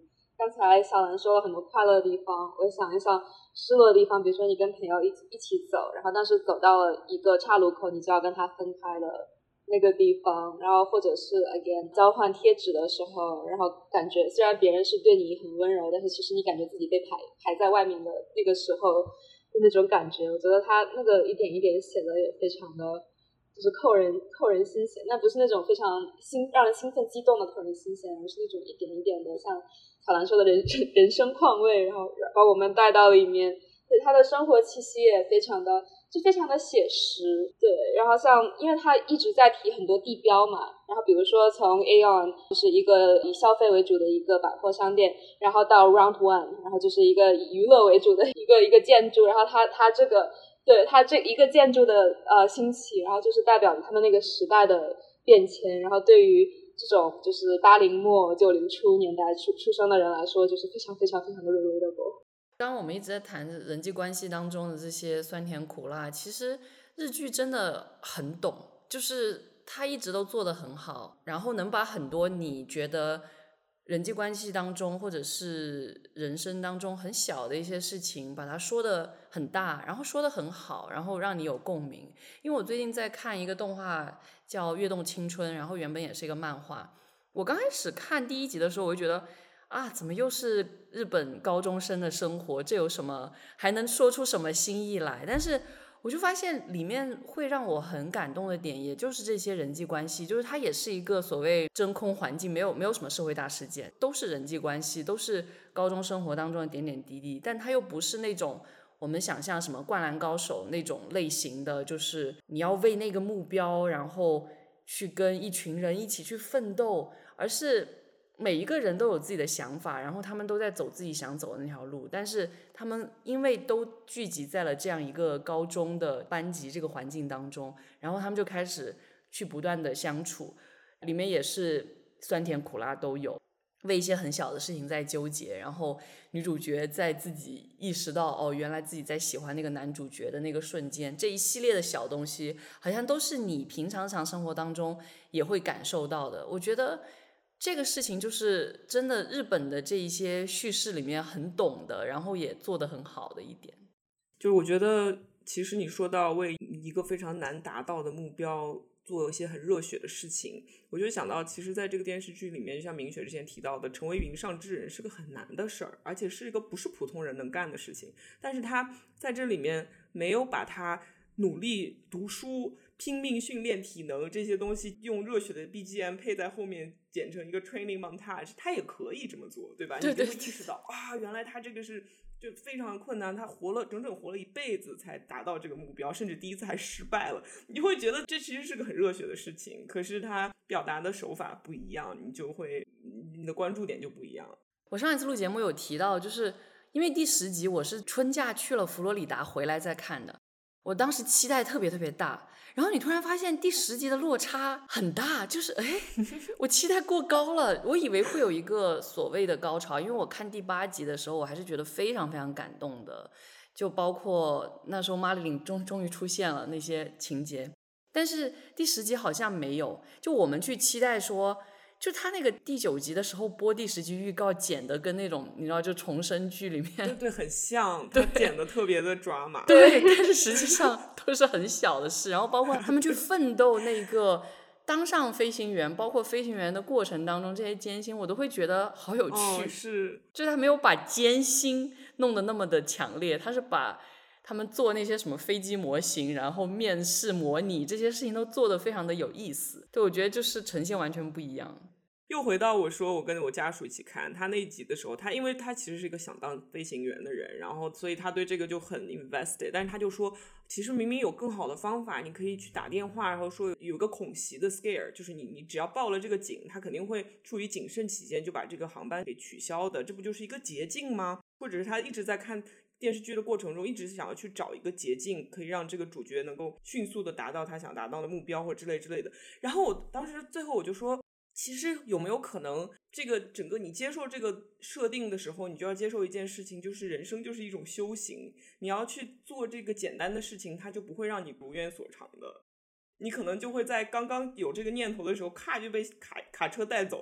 刚才小兰说了很多快乐的地方，我想一想失落的地方，比如说你跟朋友一起走，然后但是走到了一个岔路口，你就要跟他分开了那个地方，然后或者是 again 交换贴纸的时候，然后感觉虽然别人是对你很温柔，但是其实你感觉自己被排在外面的那个时候的那种感觉，我觉得他那个一点一点写的也非常的就是扣人心弦，那不是那种非常让人兴奋激动的扣人心弦，而是那种一点一点的像小兰说的人生况味，然后把我们带到里面，对他的生活气息也非常的写实。对，然后像因为他一直在提很多地标嘛，然后比如说从 Aeon 就是一个以消费为主的一个百货商店，然后到 Round One 然后就是一个以娱乐为主的一个建筑，然后他这个对他这一个建筑的兴起，然后就是代表他们那个时代的变迁，然后对于这种就是80末90初年代出生的人来说，就是非常非常非常的 relatable。 刚刚我们一直在谈人际关系当中的这些酸甜苦辣，其实日剧真的很懂，就是他一直都做得很好，然后能把很多你觉得人际关系当中或者是人生当中很小的一些事情把它说得很大，然后说得很好，然后让你有共鸣。因为我最近在看一个动画叫《跃动青春》，然后原本也是一个漫画，我刚开始看第1集的时候我就觉得啊，怎么又是日本高中生的生活，这有什么还能说出什么新意来？但是我就发现里面会让我很感动的点，也就是这些人际关系，就是它也是一个所谓真空环境，没有什么社会大事件，都是人际关系，都是高中生活当中的点点滴滴，但它又不是那种我们想象什么灌篮高手那种类型的，就是你要为那个目标然后去跟一群人一起去奋斗，而是每一个人都有自己的想法，然后他们都在走自己想走的那条路，但是他们因为都聚集在了这样一个高中的班级这个环境当中，然后他们就开始去不断的相处，里面也是酸甜苦辣都有，为一些很小的事情在纠结，然后女主角在自己意识到哦，原来自己在喜欢那个男主角的那个瞬间，这一系列的小东西好像都是你平常生活当中也会感受到的。我觉得这个事情就是真的日本的这一些叙事里面很懂的，然后也做得很好的一点。 就是我觉得其实你说到为一个非常难达到的目标做一些很热血的事情，我就想到其实在这个电视剧里面，就像明雪之前提到的，成为云上之人是个很难的事儿，而且是一个不是普通人能干的事情，但是他在这里面没有把他努力读书拼命训练体能这些东西用热血的 BGM 配在后面剪成一个 training montage， 他也可以这么做，对吧？ 对对对， 你就会意识到啊，原来他这个是就非常困难，他整整活了一辈子才达到这个目标，甚至第一次还失败了，你会觉得这其实是个很热血的事情，可是他表达的手法不一样，你的关注点就不一样。 我上一次录节目有提到，就是因为第10集我是春假去了佛罗里达回来再看的，我当时期待特别特别大，然后你突然发现第10集的落差很大，就是我期待过高了，我以为会有一个所谓的高潮，因为我看第8集的时候我还是觉得非常非常感动的，就包括那时候马里琳终于出现了那些情节，但是第10集好像没有，就我们去期待说就他那个第9集的时候播第10集预告剪的跟那种你知道就重生剧里面对对很像，他剪的特别的抓马， 对，但是实际上都是很小的事，然后包括他们去奋斗那个当上飞行员，包括飞行员的过程当中这些艰辛，我都会觉得好有趣， 是， 就是他没有把艰辛弄得那么的强烈，他是把他们做那些什么飞机模型然后面试模拟这些事情都做得非常的有意思，对，我觉得就是呈现完全不一样。 又回到我说我跟我家属一起看他那一集的时候，因为他其实是一个想当飞行员的人，然后所以他对这个就很 invested， 但是他就说其实明明有更好的方法，你可以去打电话然后说有个恐袭的 scare， 就是你只要报了这个警，他肯定会出于谨慎起见就把这个航班给取消的，这不就是一个捷径吗？或者是他一直在看电视剧的过程中一直想要去找一个捷径可以让这个主角能够迅速的达到他想达到的目标或之类的，然后我当时最后我就说其实有没有可能这个整个你接受这个设定的时候，你就要接受一件事情，就是人生就是一种修行，你要去做这个简单的事情，它就不会让你如愿所偿的，你可能就会在刚刚有这个念头的时候咔就被卡车带走了，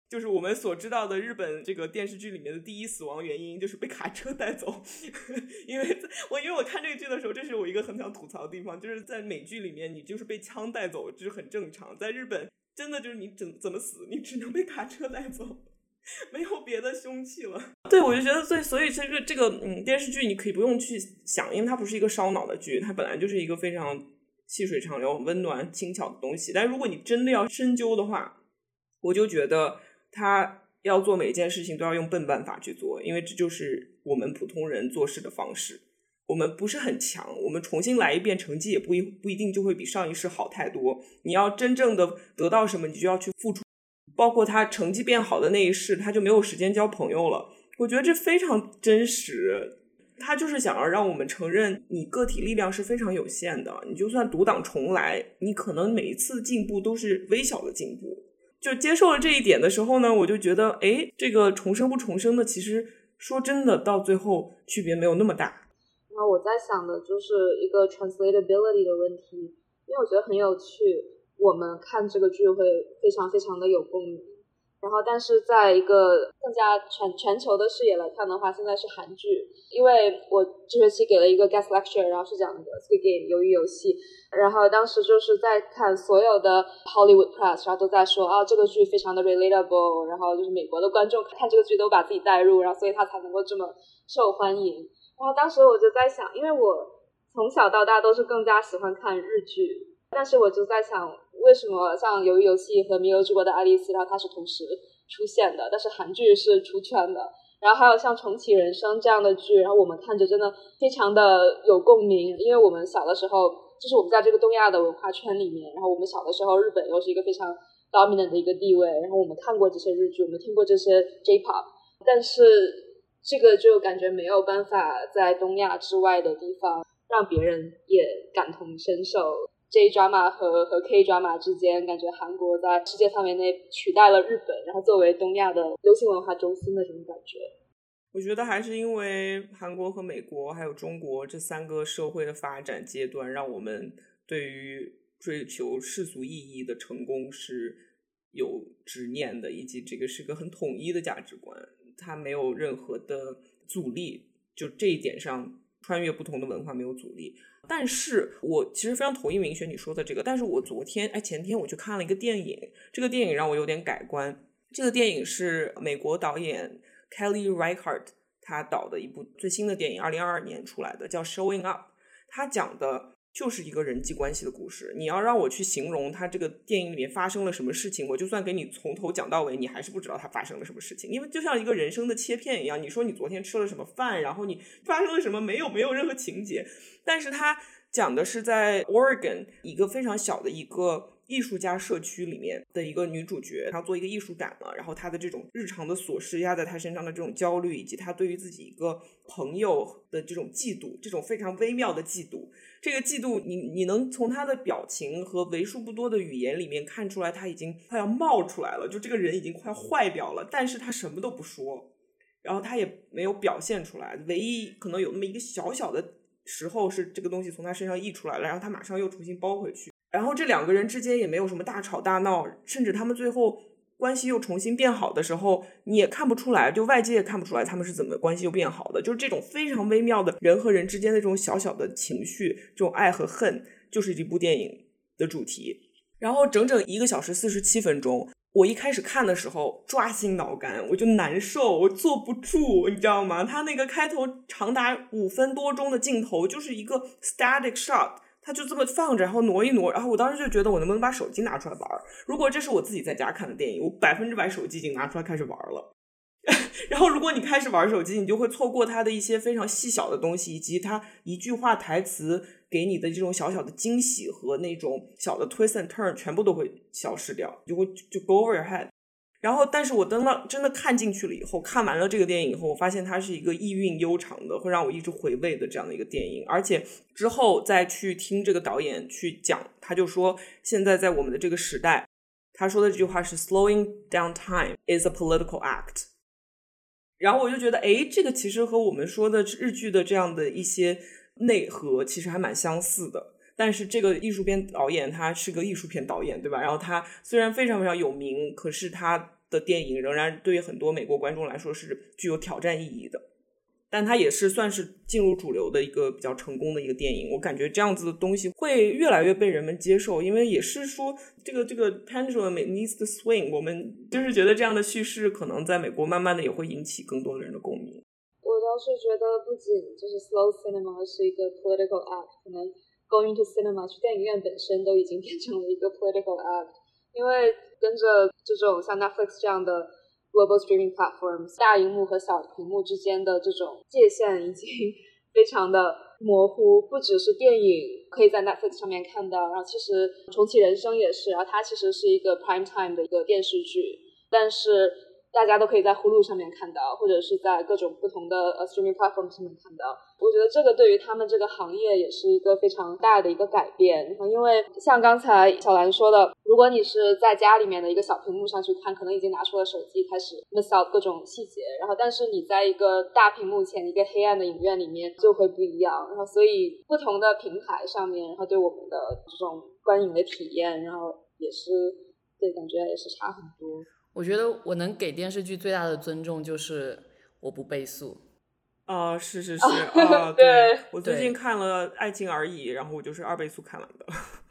就是我们所知道的日本这个电视剧里面的第一死亡原因就是被卡车带走因为我看这个剧的时候，这是我一个很想吐槽的地方，就是在美剧里面你就是被枪带走就是很正常，在日本真的就是你怎么死你只能被卡车带走，没有别的凶器了。对，我就觉得所以这个电视剧你可以不用去想，因为它不是一个烧脑的剧，它本来就是一个非常细水长流温暖轻巧的东西，但如果你真的要深究的话，我就觉得他要做每一件事情都要用笨办法去做，因为这就是我们普通人做事的方式。我们不是很强，我们重新来一遍，成绩也不一定就会比上一世好太多。你要真正的得到什么，你就要去付出。包括他成绩变好的那一世，他就没有时间交朋友了。我觉得这非常真实。他就是想要让我们承认你个体力量是非常有限的，你就算独挡重来，你可能每一次进步都是微小的进步。就接受了这一点的时候呢，我就觉得这个重生不重生的其实说真的到最后区别没有那么大。 然后我在想的就是一个 translatability 的问题，因为我觉得很有趣，我们看这个剧会非常非常的有共鸣，然后但是在一个更加全球的视野来看的话，现在是韩剧，因为我这学期给了一个 guest lecture， 然后是讲那个 Squid Game 鱿鱼游戏，然后当时就是在看所有的 Hollywood press， 然后都在说这个剧非常的 relatable， 然后就是美国的观众看这个剧都把自己带入，然后所以它才能够这么受欢迎。然后当时我就在想，因为我从小到大都是更加喜欢看日剧，但是我就在想为什么像鱿鱼游戏和弥留之国的爱丽丝，然后它是同时出现的，但是韩剧是出圈的。然后还有像重启人生这样的剧，然后我们看着真的非常的有共鸣，因为我们小的时候就是我们在这个东亚的文化圈里面，然后我们小的时候日本又是一个非常 dominant 的一个地位，然后我们看过这些日剧，我们听过这些 J-pop， 但是这个就感觉没有办法在东亚之外的地方让别人也感同身受。J-drama 和 K-drama 之间，感觉韩国在世界范围内取代了日本，然后作为东亚的流行文化中心的这种感觉。 我觉得还是因为韩国和美国还有中国这三个社会的发展阶段，让我们对于追求世俗意义的成功是有执念的，以及这个是个很统一的价值观，它没有任何的阻力，就这一点上穿越不同的文化没有阻力。但是我其实非常同意明轩你说的这个，但是我前天我去看了一个电影，这个电影让我有点改观。这个电影是美国导演 Kelly Reichardt 他导的一部最新的电影，2022年出来的，叫 Showing Up。 他讲的就是一个人际关系的故事。你要让我去形容他这个电影里面发生了什么事情，我就算给你从头讲到尾，你还是不知道他发生了什么事情，因为就像一个人生的切片一样，你说你昨天吃了什么饭，然后你发生了什么，没有任何情节。但是他讲的是在 Oregon 一个非常小的一个艺术家社区里面的一个女主角，她做一个艺术展了，然后她的这种日常的琐事压在她身上的这种焦虑，以及她对于自己一个朋友的这种嫉妒，这种非常微妙的嫉妒。这个嫉妒你能从她的表情和为数不多的语言里面看出来，她已经快要冒出来了，就这个人已经快坏掉了，但是她什么都不说，然后她也没有表现出来，唯一可能有那么一个小小的时候是这个东西从他身上溢出来了，然后他马上又重新包回去，然后这两个人之间也没有什么大吵大闹，甚至他们最后关系又重新变好的时候，你也看不出来，就外界也看不出来他们是怎么关系又变好的。就是这种非常微妙的人和人之间的这种小小的情绪，这种爱和恨，就是这部电影的主题。然后整整1个小时47分钟，我一开始看的时候抓心挠肝，我就难受，我坐不住，你知道吗？他那个开头长达5分多钟的镜头就是一个 static shot， 他就这么放着，然后挪一挪，然后我当时就觉得我能不能把手机拿出来玩。如果这是我自己在家看的电影，我100%手机已经拿出来开始玩了。然后如果你开始玩手机，你就会错过它的一些非常细小的东西，以及它一句话台词给你的这种小小的惊喜和那种小的 twist and turn 全部都会消失掉，就 go over your head。 然后但是我真的看进去了以后，看完了这个电影以后，我发现它是一个意蕴悠长的，会让我一直回味的这样的一个电影。而且之后再去听这个导演去讲，他就说现在在我们的这个时代，他说的这句话是 slowing down time is a political act。然后我就觉得这个其实和我们说的日剧的这样的一些内核其实还蛮相似的。但是这个艺术片导演他是个艺术片导演，对吧？然后他虽然非常非常有名，可是他的电影仍然对于很多美国观众来说是具有挑战意义的，但它也是算是进入主流的一个比较成功的一个电影。我感觉这样子的东西会越来越被人们接受，因为也是说这个 pendulum needs to swing， 我们就是觉得这样的叙事可能在美国慢慢的也会引起更多的人的共鸣。 我倒是觉得不仅就是 slow cinema 是一个 political act， 可能 going to cinema 去电影院本身都已经变成了一个 political act， 因为跟着这种像 Netflix 这样的 global streaming platforms， 大荧幕和小屏幕之间的这种界限已经非常的模糊，不只是电影可以在 Netflix 上面看到，然后其实重启人生也是，然后它其实是一个 prime time 的一个电视剧，但是大家都可以在 Hulu 上面看到，或者是在各种不同的streaming platform 上面看到。我觉得这个对于他们这个行业也是一个非常大的一个改变，因为像刚才小兰说的，如果你是在家里面的一个小屏幕上去看，可能已经拿出了手机开始 miss out 各种细节，然后但是你在一个大屏幕前一个黑暗的影院里面就会不一样，然后所以不同的平台上面，然后对我们的这种观影的体验，然后也是对感觉也是差很多。 我觉得我能给电视剧最大的尊重就是我不倍速。 是对，我最近对看了《爱情而已》，然后我就是2倍速看完的。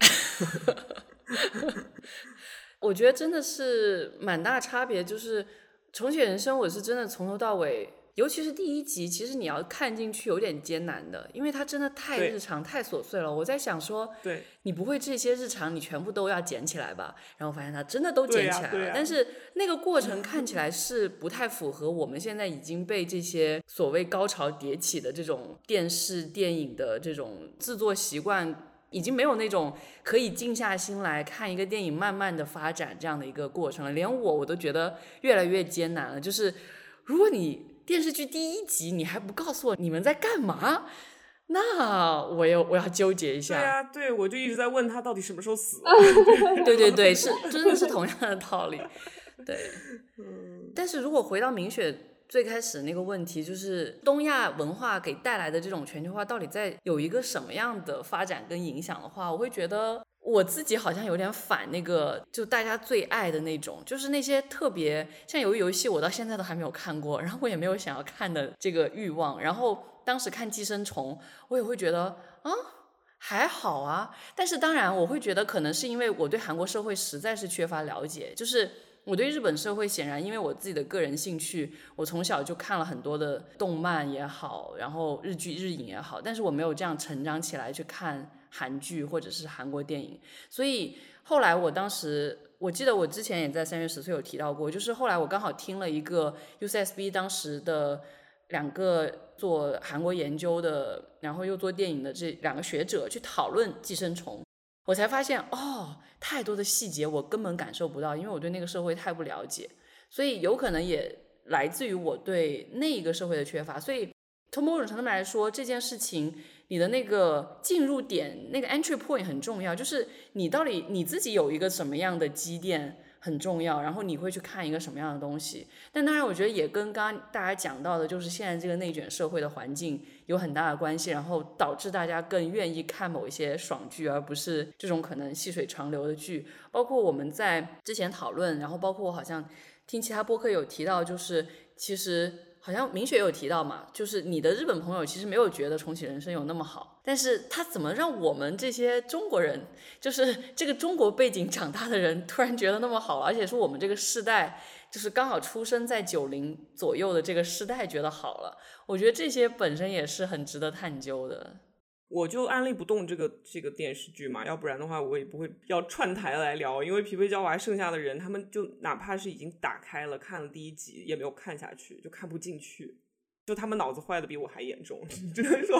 我觉得真的是蛮大差别，就是重启人生我是真的从头到尾，尤其是第一集，其实你要看进去有点艰难的，因为它真的太日常太琐碎了。我在想说， 对， 你不会这些日常你全部都要捡起来吧？然后发现它真的都捡起来了，但是那个过程看起来是不太符合我们现在已经被这些所谓高潮迭起的这种电视电影的这种制作习惯，已经没有那种可以静下心来看一个电影慢慢的发展这样的一个过程了。连我都觉得越来越艰难了，就是如果你电视剧第一集你还不告诉我你们在干嘛，那我要纠结一下。 对啊，对，我就一直在问他到底什么时候死。 对，是真的是同样的道理。对，但是如果回到明雪最开始那个问题，就是东亚文化给带来的这种全球化到底在有一个什么样的发展跟影响的话，我会觉得我自己好像有点反那个就大家最爱的那种，就是那些特别像鱿鱼游戏我到现在都还没有看过，然后我也没有想要看的这个欲望，然后当时看寄生虫我也会觉得还好啊，但是当然我会觉得可能是因为我对韩国社会实在是缺乏了解，就是我对日本社会显然因为我自己的个人兴趣，我从小就看了很多的动漫也好，然后日剧日影也好，但是我没有这样成长起来去看韩剧或者是韩国电影，所以后来我记得我之前也在3月10岁有提到过，就是后来我刚好听了一个 UCSB 当时的2个做韩国研究的然后又做电影的这2个学者去讨论寄生虫，我才发现太多的细节我根本感受不到，因为我对那个社会太不了解，所以有可能也来自于我对那一个社会的缺乏，所以从某种程度来说这件事情你的那个进入点那个 entry point 很重要，就是你到底你自己有一个什么样的积淀很重要，然后你会去看一个什么样的东西。但当然我觉得也跟刚刚大家讲到的就是现在这个内卷社会的环境有很大的关系，然后导致大家更愿意看某一些爽剧而不是这种可能细水长流的剧。包括我们在之前讨论，然后包括我好像听其他播客有提到，就是其实好像明雪有提到嘛，就是你的日本朋友其实没有觉得重启人生有那么好，但是他怎么让我们这些中国人，就是这个中国背景长大的人突然觉得那么好，而且是我们这个世代就是刚好出生在90左右的这个世代觉得好了，我觉得这些本身也是很值得探究的。 我就安利不动这个电视剧嘛，要不然的话我也不会要串台来聊，因为匹配娇娃剩下的人他们就哪怕是已经打开了看了第1集也没有看下去，就看不进去，就他们脑子坏的比我还严重，只能说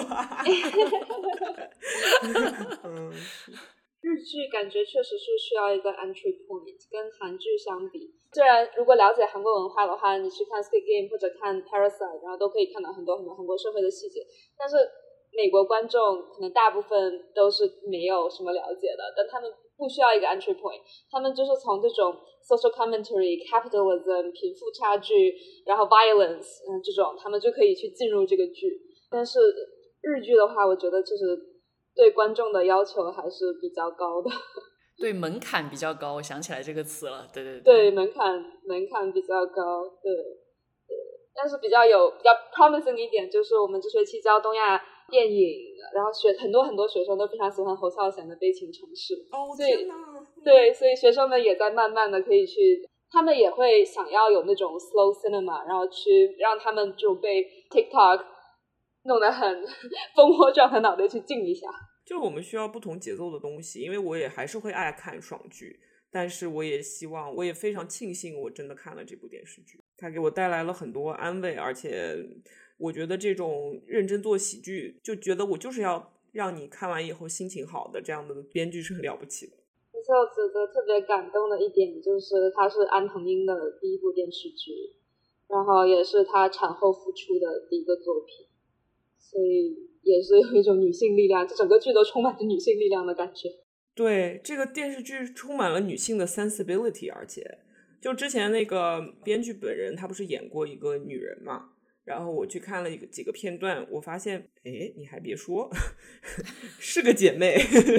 日剧感觉确实是需要一个 entry point， 跟韩剧相比，虽然如果了解韩国文化的话，你去看 Squid Game 或者看 Parasite 然后都可以看到很多韩国社会的细节，但是美国观众可能大部分都是没有什么了解的，但他们不需要一个 entry point， 他们就是从这种 social commentary、capitalism、贫富差距，然后 violence，这种他们就可以去进入这个剧。但是日剧的话，我觉得就是对观众的要求还是比较高的。 对，门槛比较高，我想起来这个词了。对对对，门槛比较高，对。但是比较 promising 一点就是我们这学期教东亚电影，然后很多学生都非常喜欢侯孝贤的《悲情城市》。所以天哪！ 对，所以学生们也在慢慢的可以去，他们也会想要有那种 slow cinema， 然后去让他们这种被 TikTok 弄得很蜂窝状的脑袋去静一下。 就我们需要不同节奏的东西，因为我也还是会爱看爽剧，但是我也非常庆幸我真的看了这部电视剧，它给我带来了很多安慰，而且我觉得这种认真做喜剧，就觉得我就是要让你看完以后心情好的，这样的编剧是很了不起的。 而且我觉得特别感动的一点就是它是安藤樱的第一部电视剧，然后也是她产后复出的第一个作品，所以也是有一种女性力量，这整个剧都充满着女性力量的感觉。 对，这个电视剧充满了女性的 sensibility， 而且就之前那个编剧本人他不是演过一个女人嘛，然后我去看了几个片段，我发现你还别说是个姐妹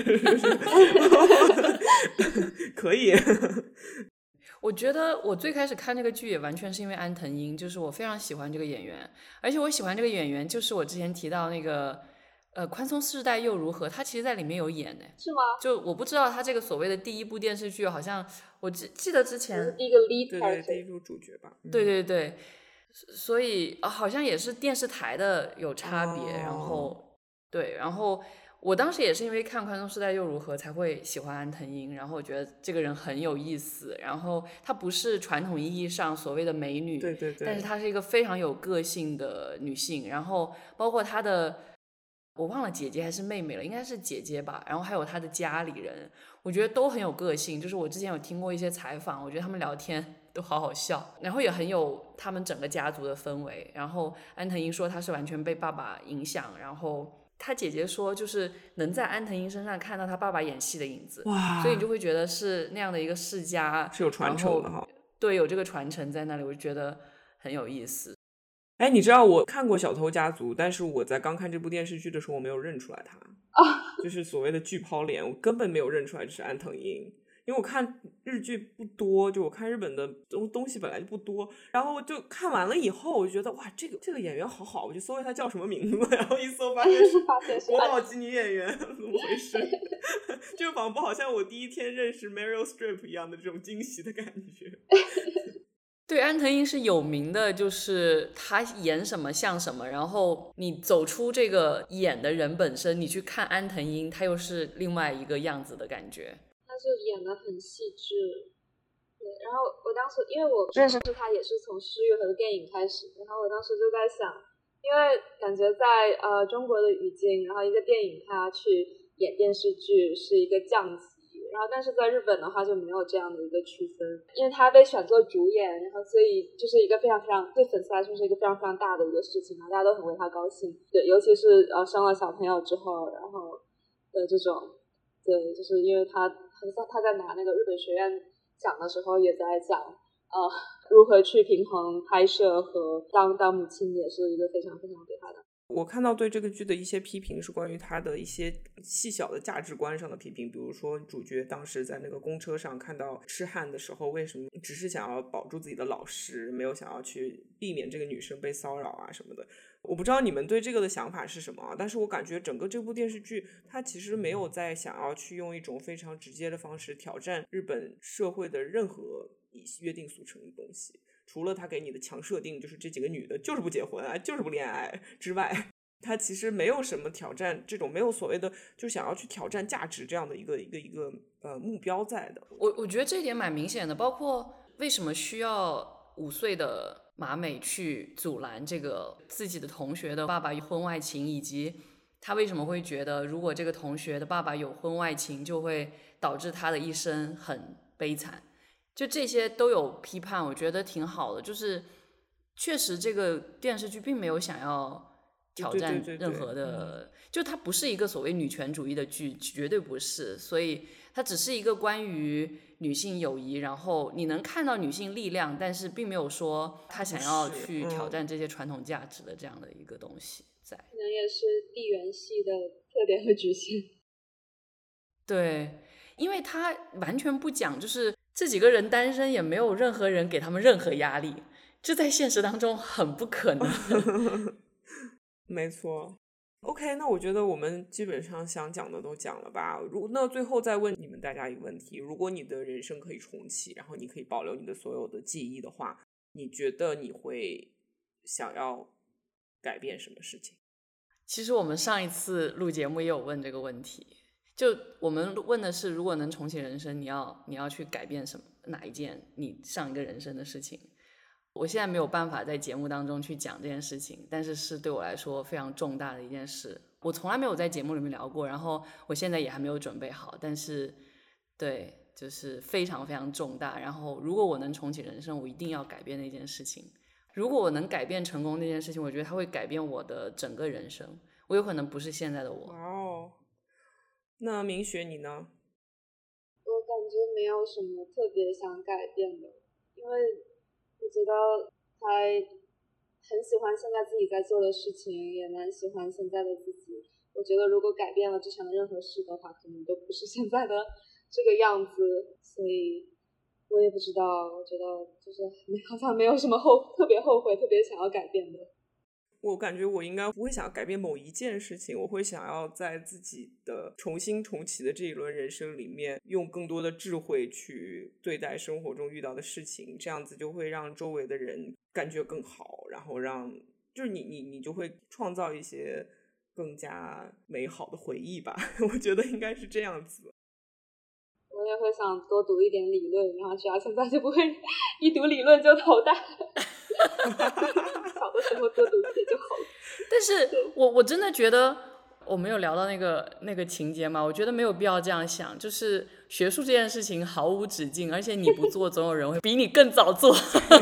可以。 我觉得我最开始看这个剧也完全是因为安藤樱，就是我非常喜欢这个演员，而且我喜欢这个演员就是我之前提到那个宽松世代又如何，他其实在里面有演的。 是吗？ 就我不知道他这个所谓的第一部电视剧，好像我记得之前第一个 lead character， 对，第一部主角吧。 对对对，所以好像也是电视台的有差别，然后对，然后我当时也是因为看宽松世代又如何才会喜欢安藤樱，然后我觉得这个人很有意思，然后她不是传统意义上所谓的美女， 对对对， 但是她是一个非常有个性的女性，然后包括她的我忘了姐姐还是妹妹了，应该是姐姐吧，然后还有她的家里人，我觉得都很有个性，就是我之前有听过一些采访，我觉得他们聊天都好好笑，然后也很有他们整个家族的氛围，然后安藤樱说她是完全被爸爸影响，然后他姐姐说就是能在安藤樱身上看到他爸爸演戏的影子， 哇， 所以你就会觉得是那样的一个世家是有传承的哈。 对，有这个传承在那里，我就觉得很有意思。 你知道我看过《小偷家族》，但是我在刚看这部电视剧的时候，我没有认出来他，就是所谓的巨抛脸，我根本没有认出来这是安藤樱。因为我看日剧不多，就我看日本的东西本来就不多，然后就看完了以后，我就觉得哇，这个演员好好，我就搜一下叫什么名字，然后一搜发现是国宝级女演员，怎么回事？就仿佛好像我第一天认识 Meryl Streep 一样的这种惊喜的感觉。 对，安藤樱是有名的，就是他演什么像什么，然后你走出这个演的人本身，你去看安藤樱，他又是另外一个样子的感觉。 他是演得很细致，对。然后我当时因为我认识他也是从诗玉和的电影开始，然后我当时就在想，因为感觉在中国的语境，然后一个电影他去演电视剧是一个降级，然后但是在日本的话就没有这样的一个区分，因为他被选做主演，然后所以就是一个非常非常对粉丝来说是一个非常非常大的一个事情，然后大家都很为他高兴，对，尤其是生了小朋友之后，然后的这种。对，就是因为他在拿那个日本学院奖的时候也在讲如何去平衡拍摄和当母亲，也是一个非常非常对他的。 我看到对这个剧的一些批评是关于他的一些细小的价值观上的批评，比如说主角当时在那个公车上看到痴汉的时候，为什么只是想要保住自己的老实，没有想要去避免这个女生被骚扰啊什么的。我不知道你们对这个的想法是什么，但是我感觉整个这部电视剧它其实没有在想要去用一种非常直接的方式挑战日本社会的任何约定俗成的东西，除了他给你的强设定就是这几个女的就是不结婚啊，就是不恋爱之外，他其实没有什么挑战，这种没有所谓的就想要去挑战价值这样的一个目标在的。 我觉得这一点蛮明显的，包括为什么需要5岁的马美去阻拦这个自己的同学的爸爸婚外情，以及他为什么会觉得如果这个同学的爸爸有婚外情就会导致他的一生很悲惨，就这些都有批判，我觉得挺好的，就是确实这个电视剧并没有想要挑战任何的，就它不是一个所谓女权主义的剧，绝对不是，所以它只是一个关于女性友谊，然后你能看到女性力量，但是并没有说他想要去挑战这些传统价值的这样的一个东西在。 可能也是地缘系的特点和局限。 对， 因为他完全不讲，就是这几个人单身，也没有任何人给他们任何压力，这在现实当中很不可能。 没错。OK， 那我觉得我们基本上想讲的都讲了吧。那最后再问你们大家一个问题，如果你的人生可以重启，然后你可以保留你的所有的记忆的话，你觉得你会想要改变什么事情？ 其实我们上一次录节目也有问这个问题，就我们问的是，如果能重启人生，你要去改变什么，哪一件你上一个人生的事情。我现在没有办法在节目当中去讲这件事情，但是对我来说非常重大的一件事，我从来没有在节目里面聊过，然后我现在也还没有准备好，但是对，就是非常非常重大。然后如果我能重启人生，我一定要改变那件事情。如果我能改变成功那件事情，我觉得它会改变我的整个人生，我有可能不是现在的我。 哇哦，那明雪你呢？ 我感觉没有什么特别想改变的，因为我觉得还很喜欢现在自己在做的事情，也蛮喜欢现在的自己。我觉得如果改变了之前的任何事的话，可能都不是现在的这个样子，所以我也不知道，我觉得就是好像没有什么特别后悔特别想要改变的。 我感觉我应该不会想要改变某一件事情，我会想要在自己的重新重启的这一轮人生里面，用更多的智慧去对待生活中遇到的事情，这样子就会让周围的人感觉更好，然后就是你就会创造一些更加美好的回忆吧。我觉得应该是这样子。 我也会想多读一点理论，然后只要现在就不会一读理论就头大。小的时候多读一点就好了。 但是我真的觉得，我没有聊到那个情节嘛，我觉得没有必要这样想，就是学术这件事情毫无止境，而且你不做，总有人会比你更早做。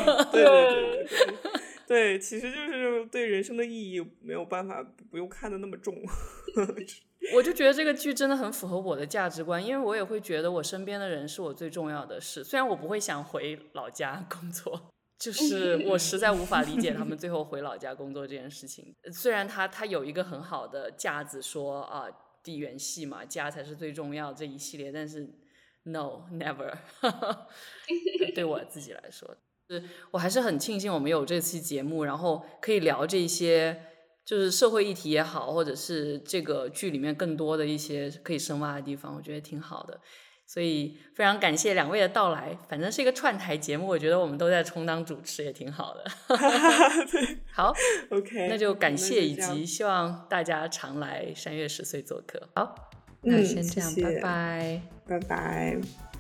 对，其实就是对人生的意义没有办法不用看得那么重。 我就觉得这个剧真的很符合我的价值观，因为我也会觉得我身边的人是我最重要的事，虽然我不会想回老家工作，就是我实在无法理解他们最后回老家工作这件事情。虽然他有一个很好的架子说啊，地缘系嘛，家才是最重要这一系列，但是 no never 对我自己来说，我还是很庆幸我们有这期节目，然后可以聊这些就是社会议题也好，或者是这个剧里面更多的一些可以深挖的地方，我觉得挺好的。所以非常感谢两位的到来，反正是一个串台节目，我觉得我们都在充当主持也挺好的。好 OK， 那就感谢以及希望大家常来山月10岁做客。好，那先这样，拜拜， 拜拜。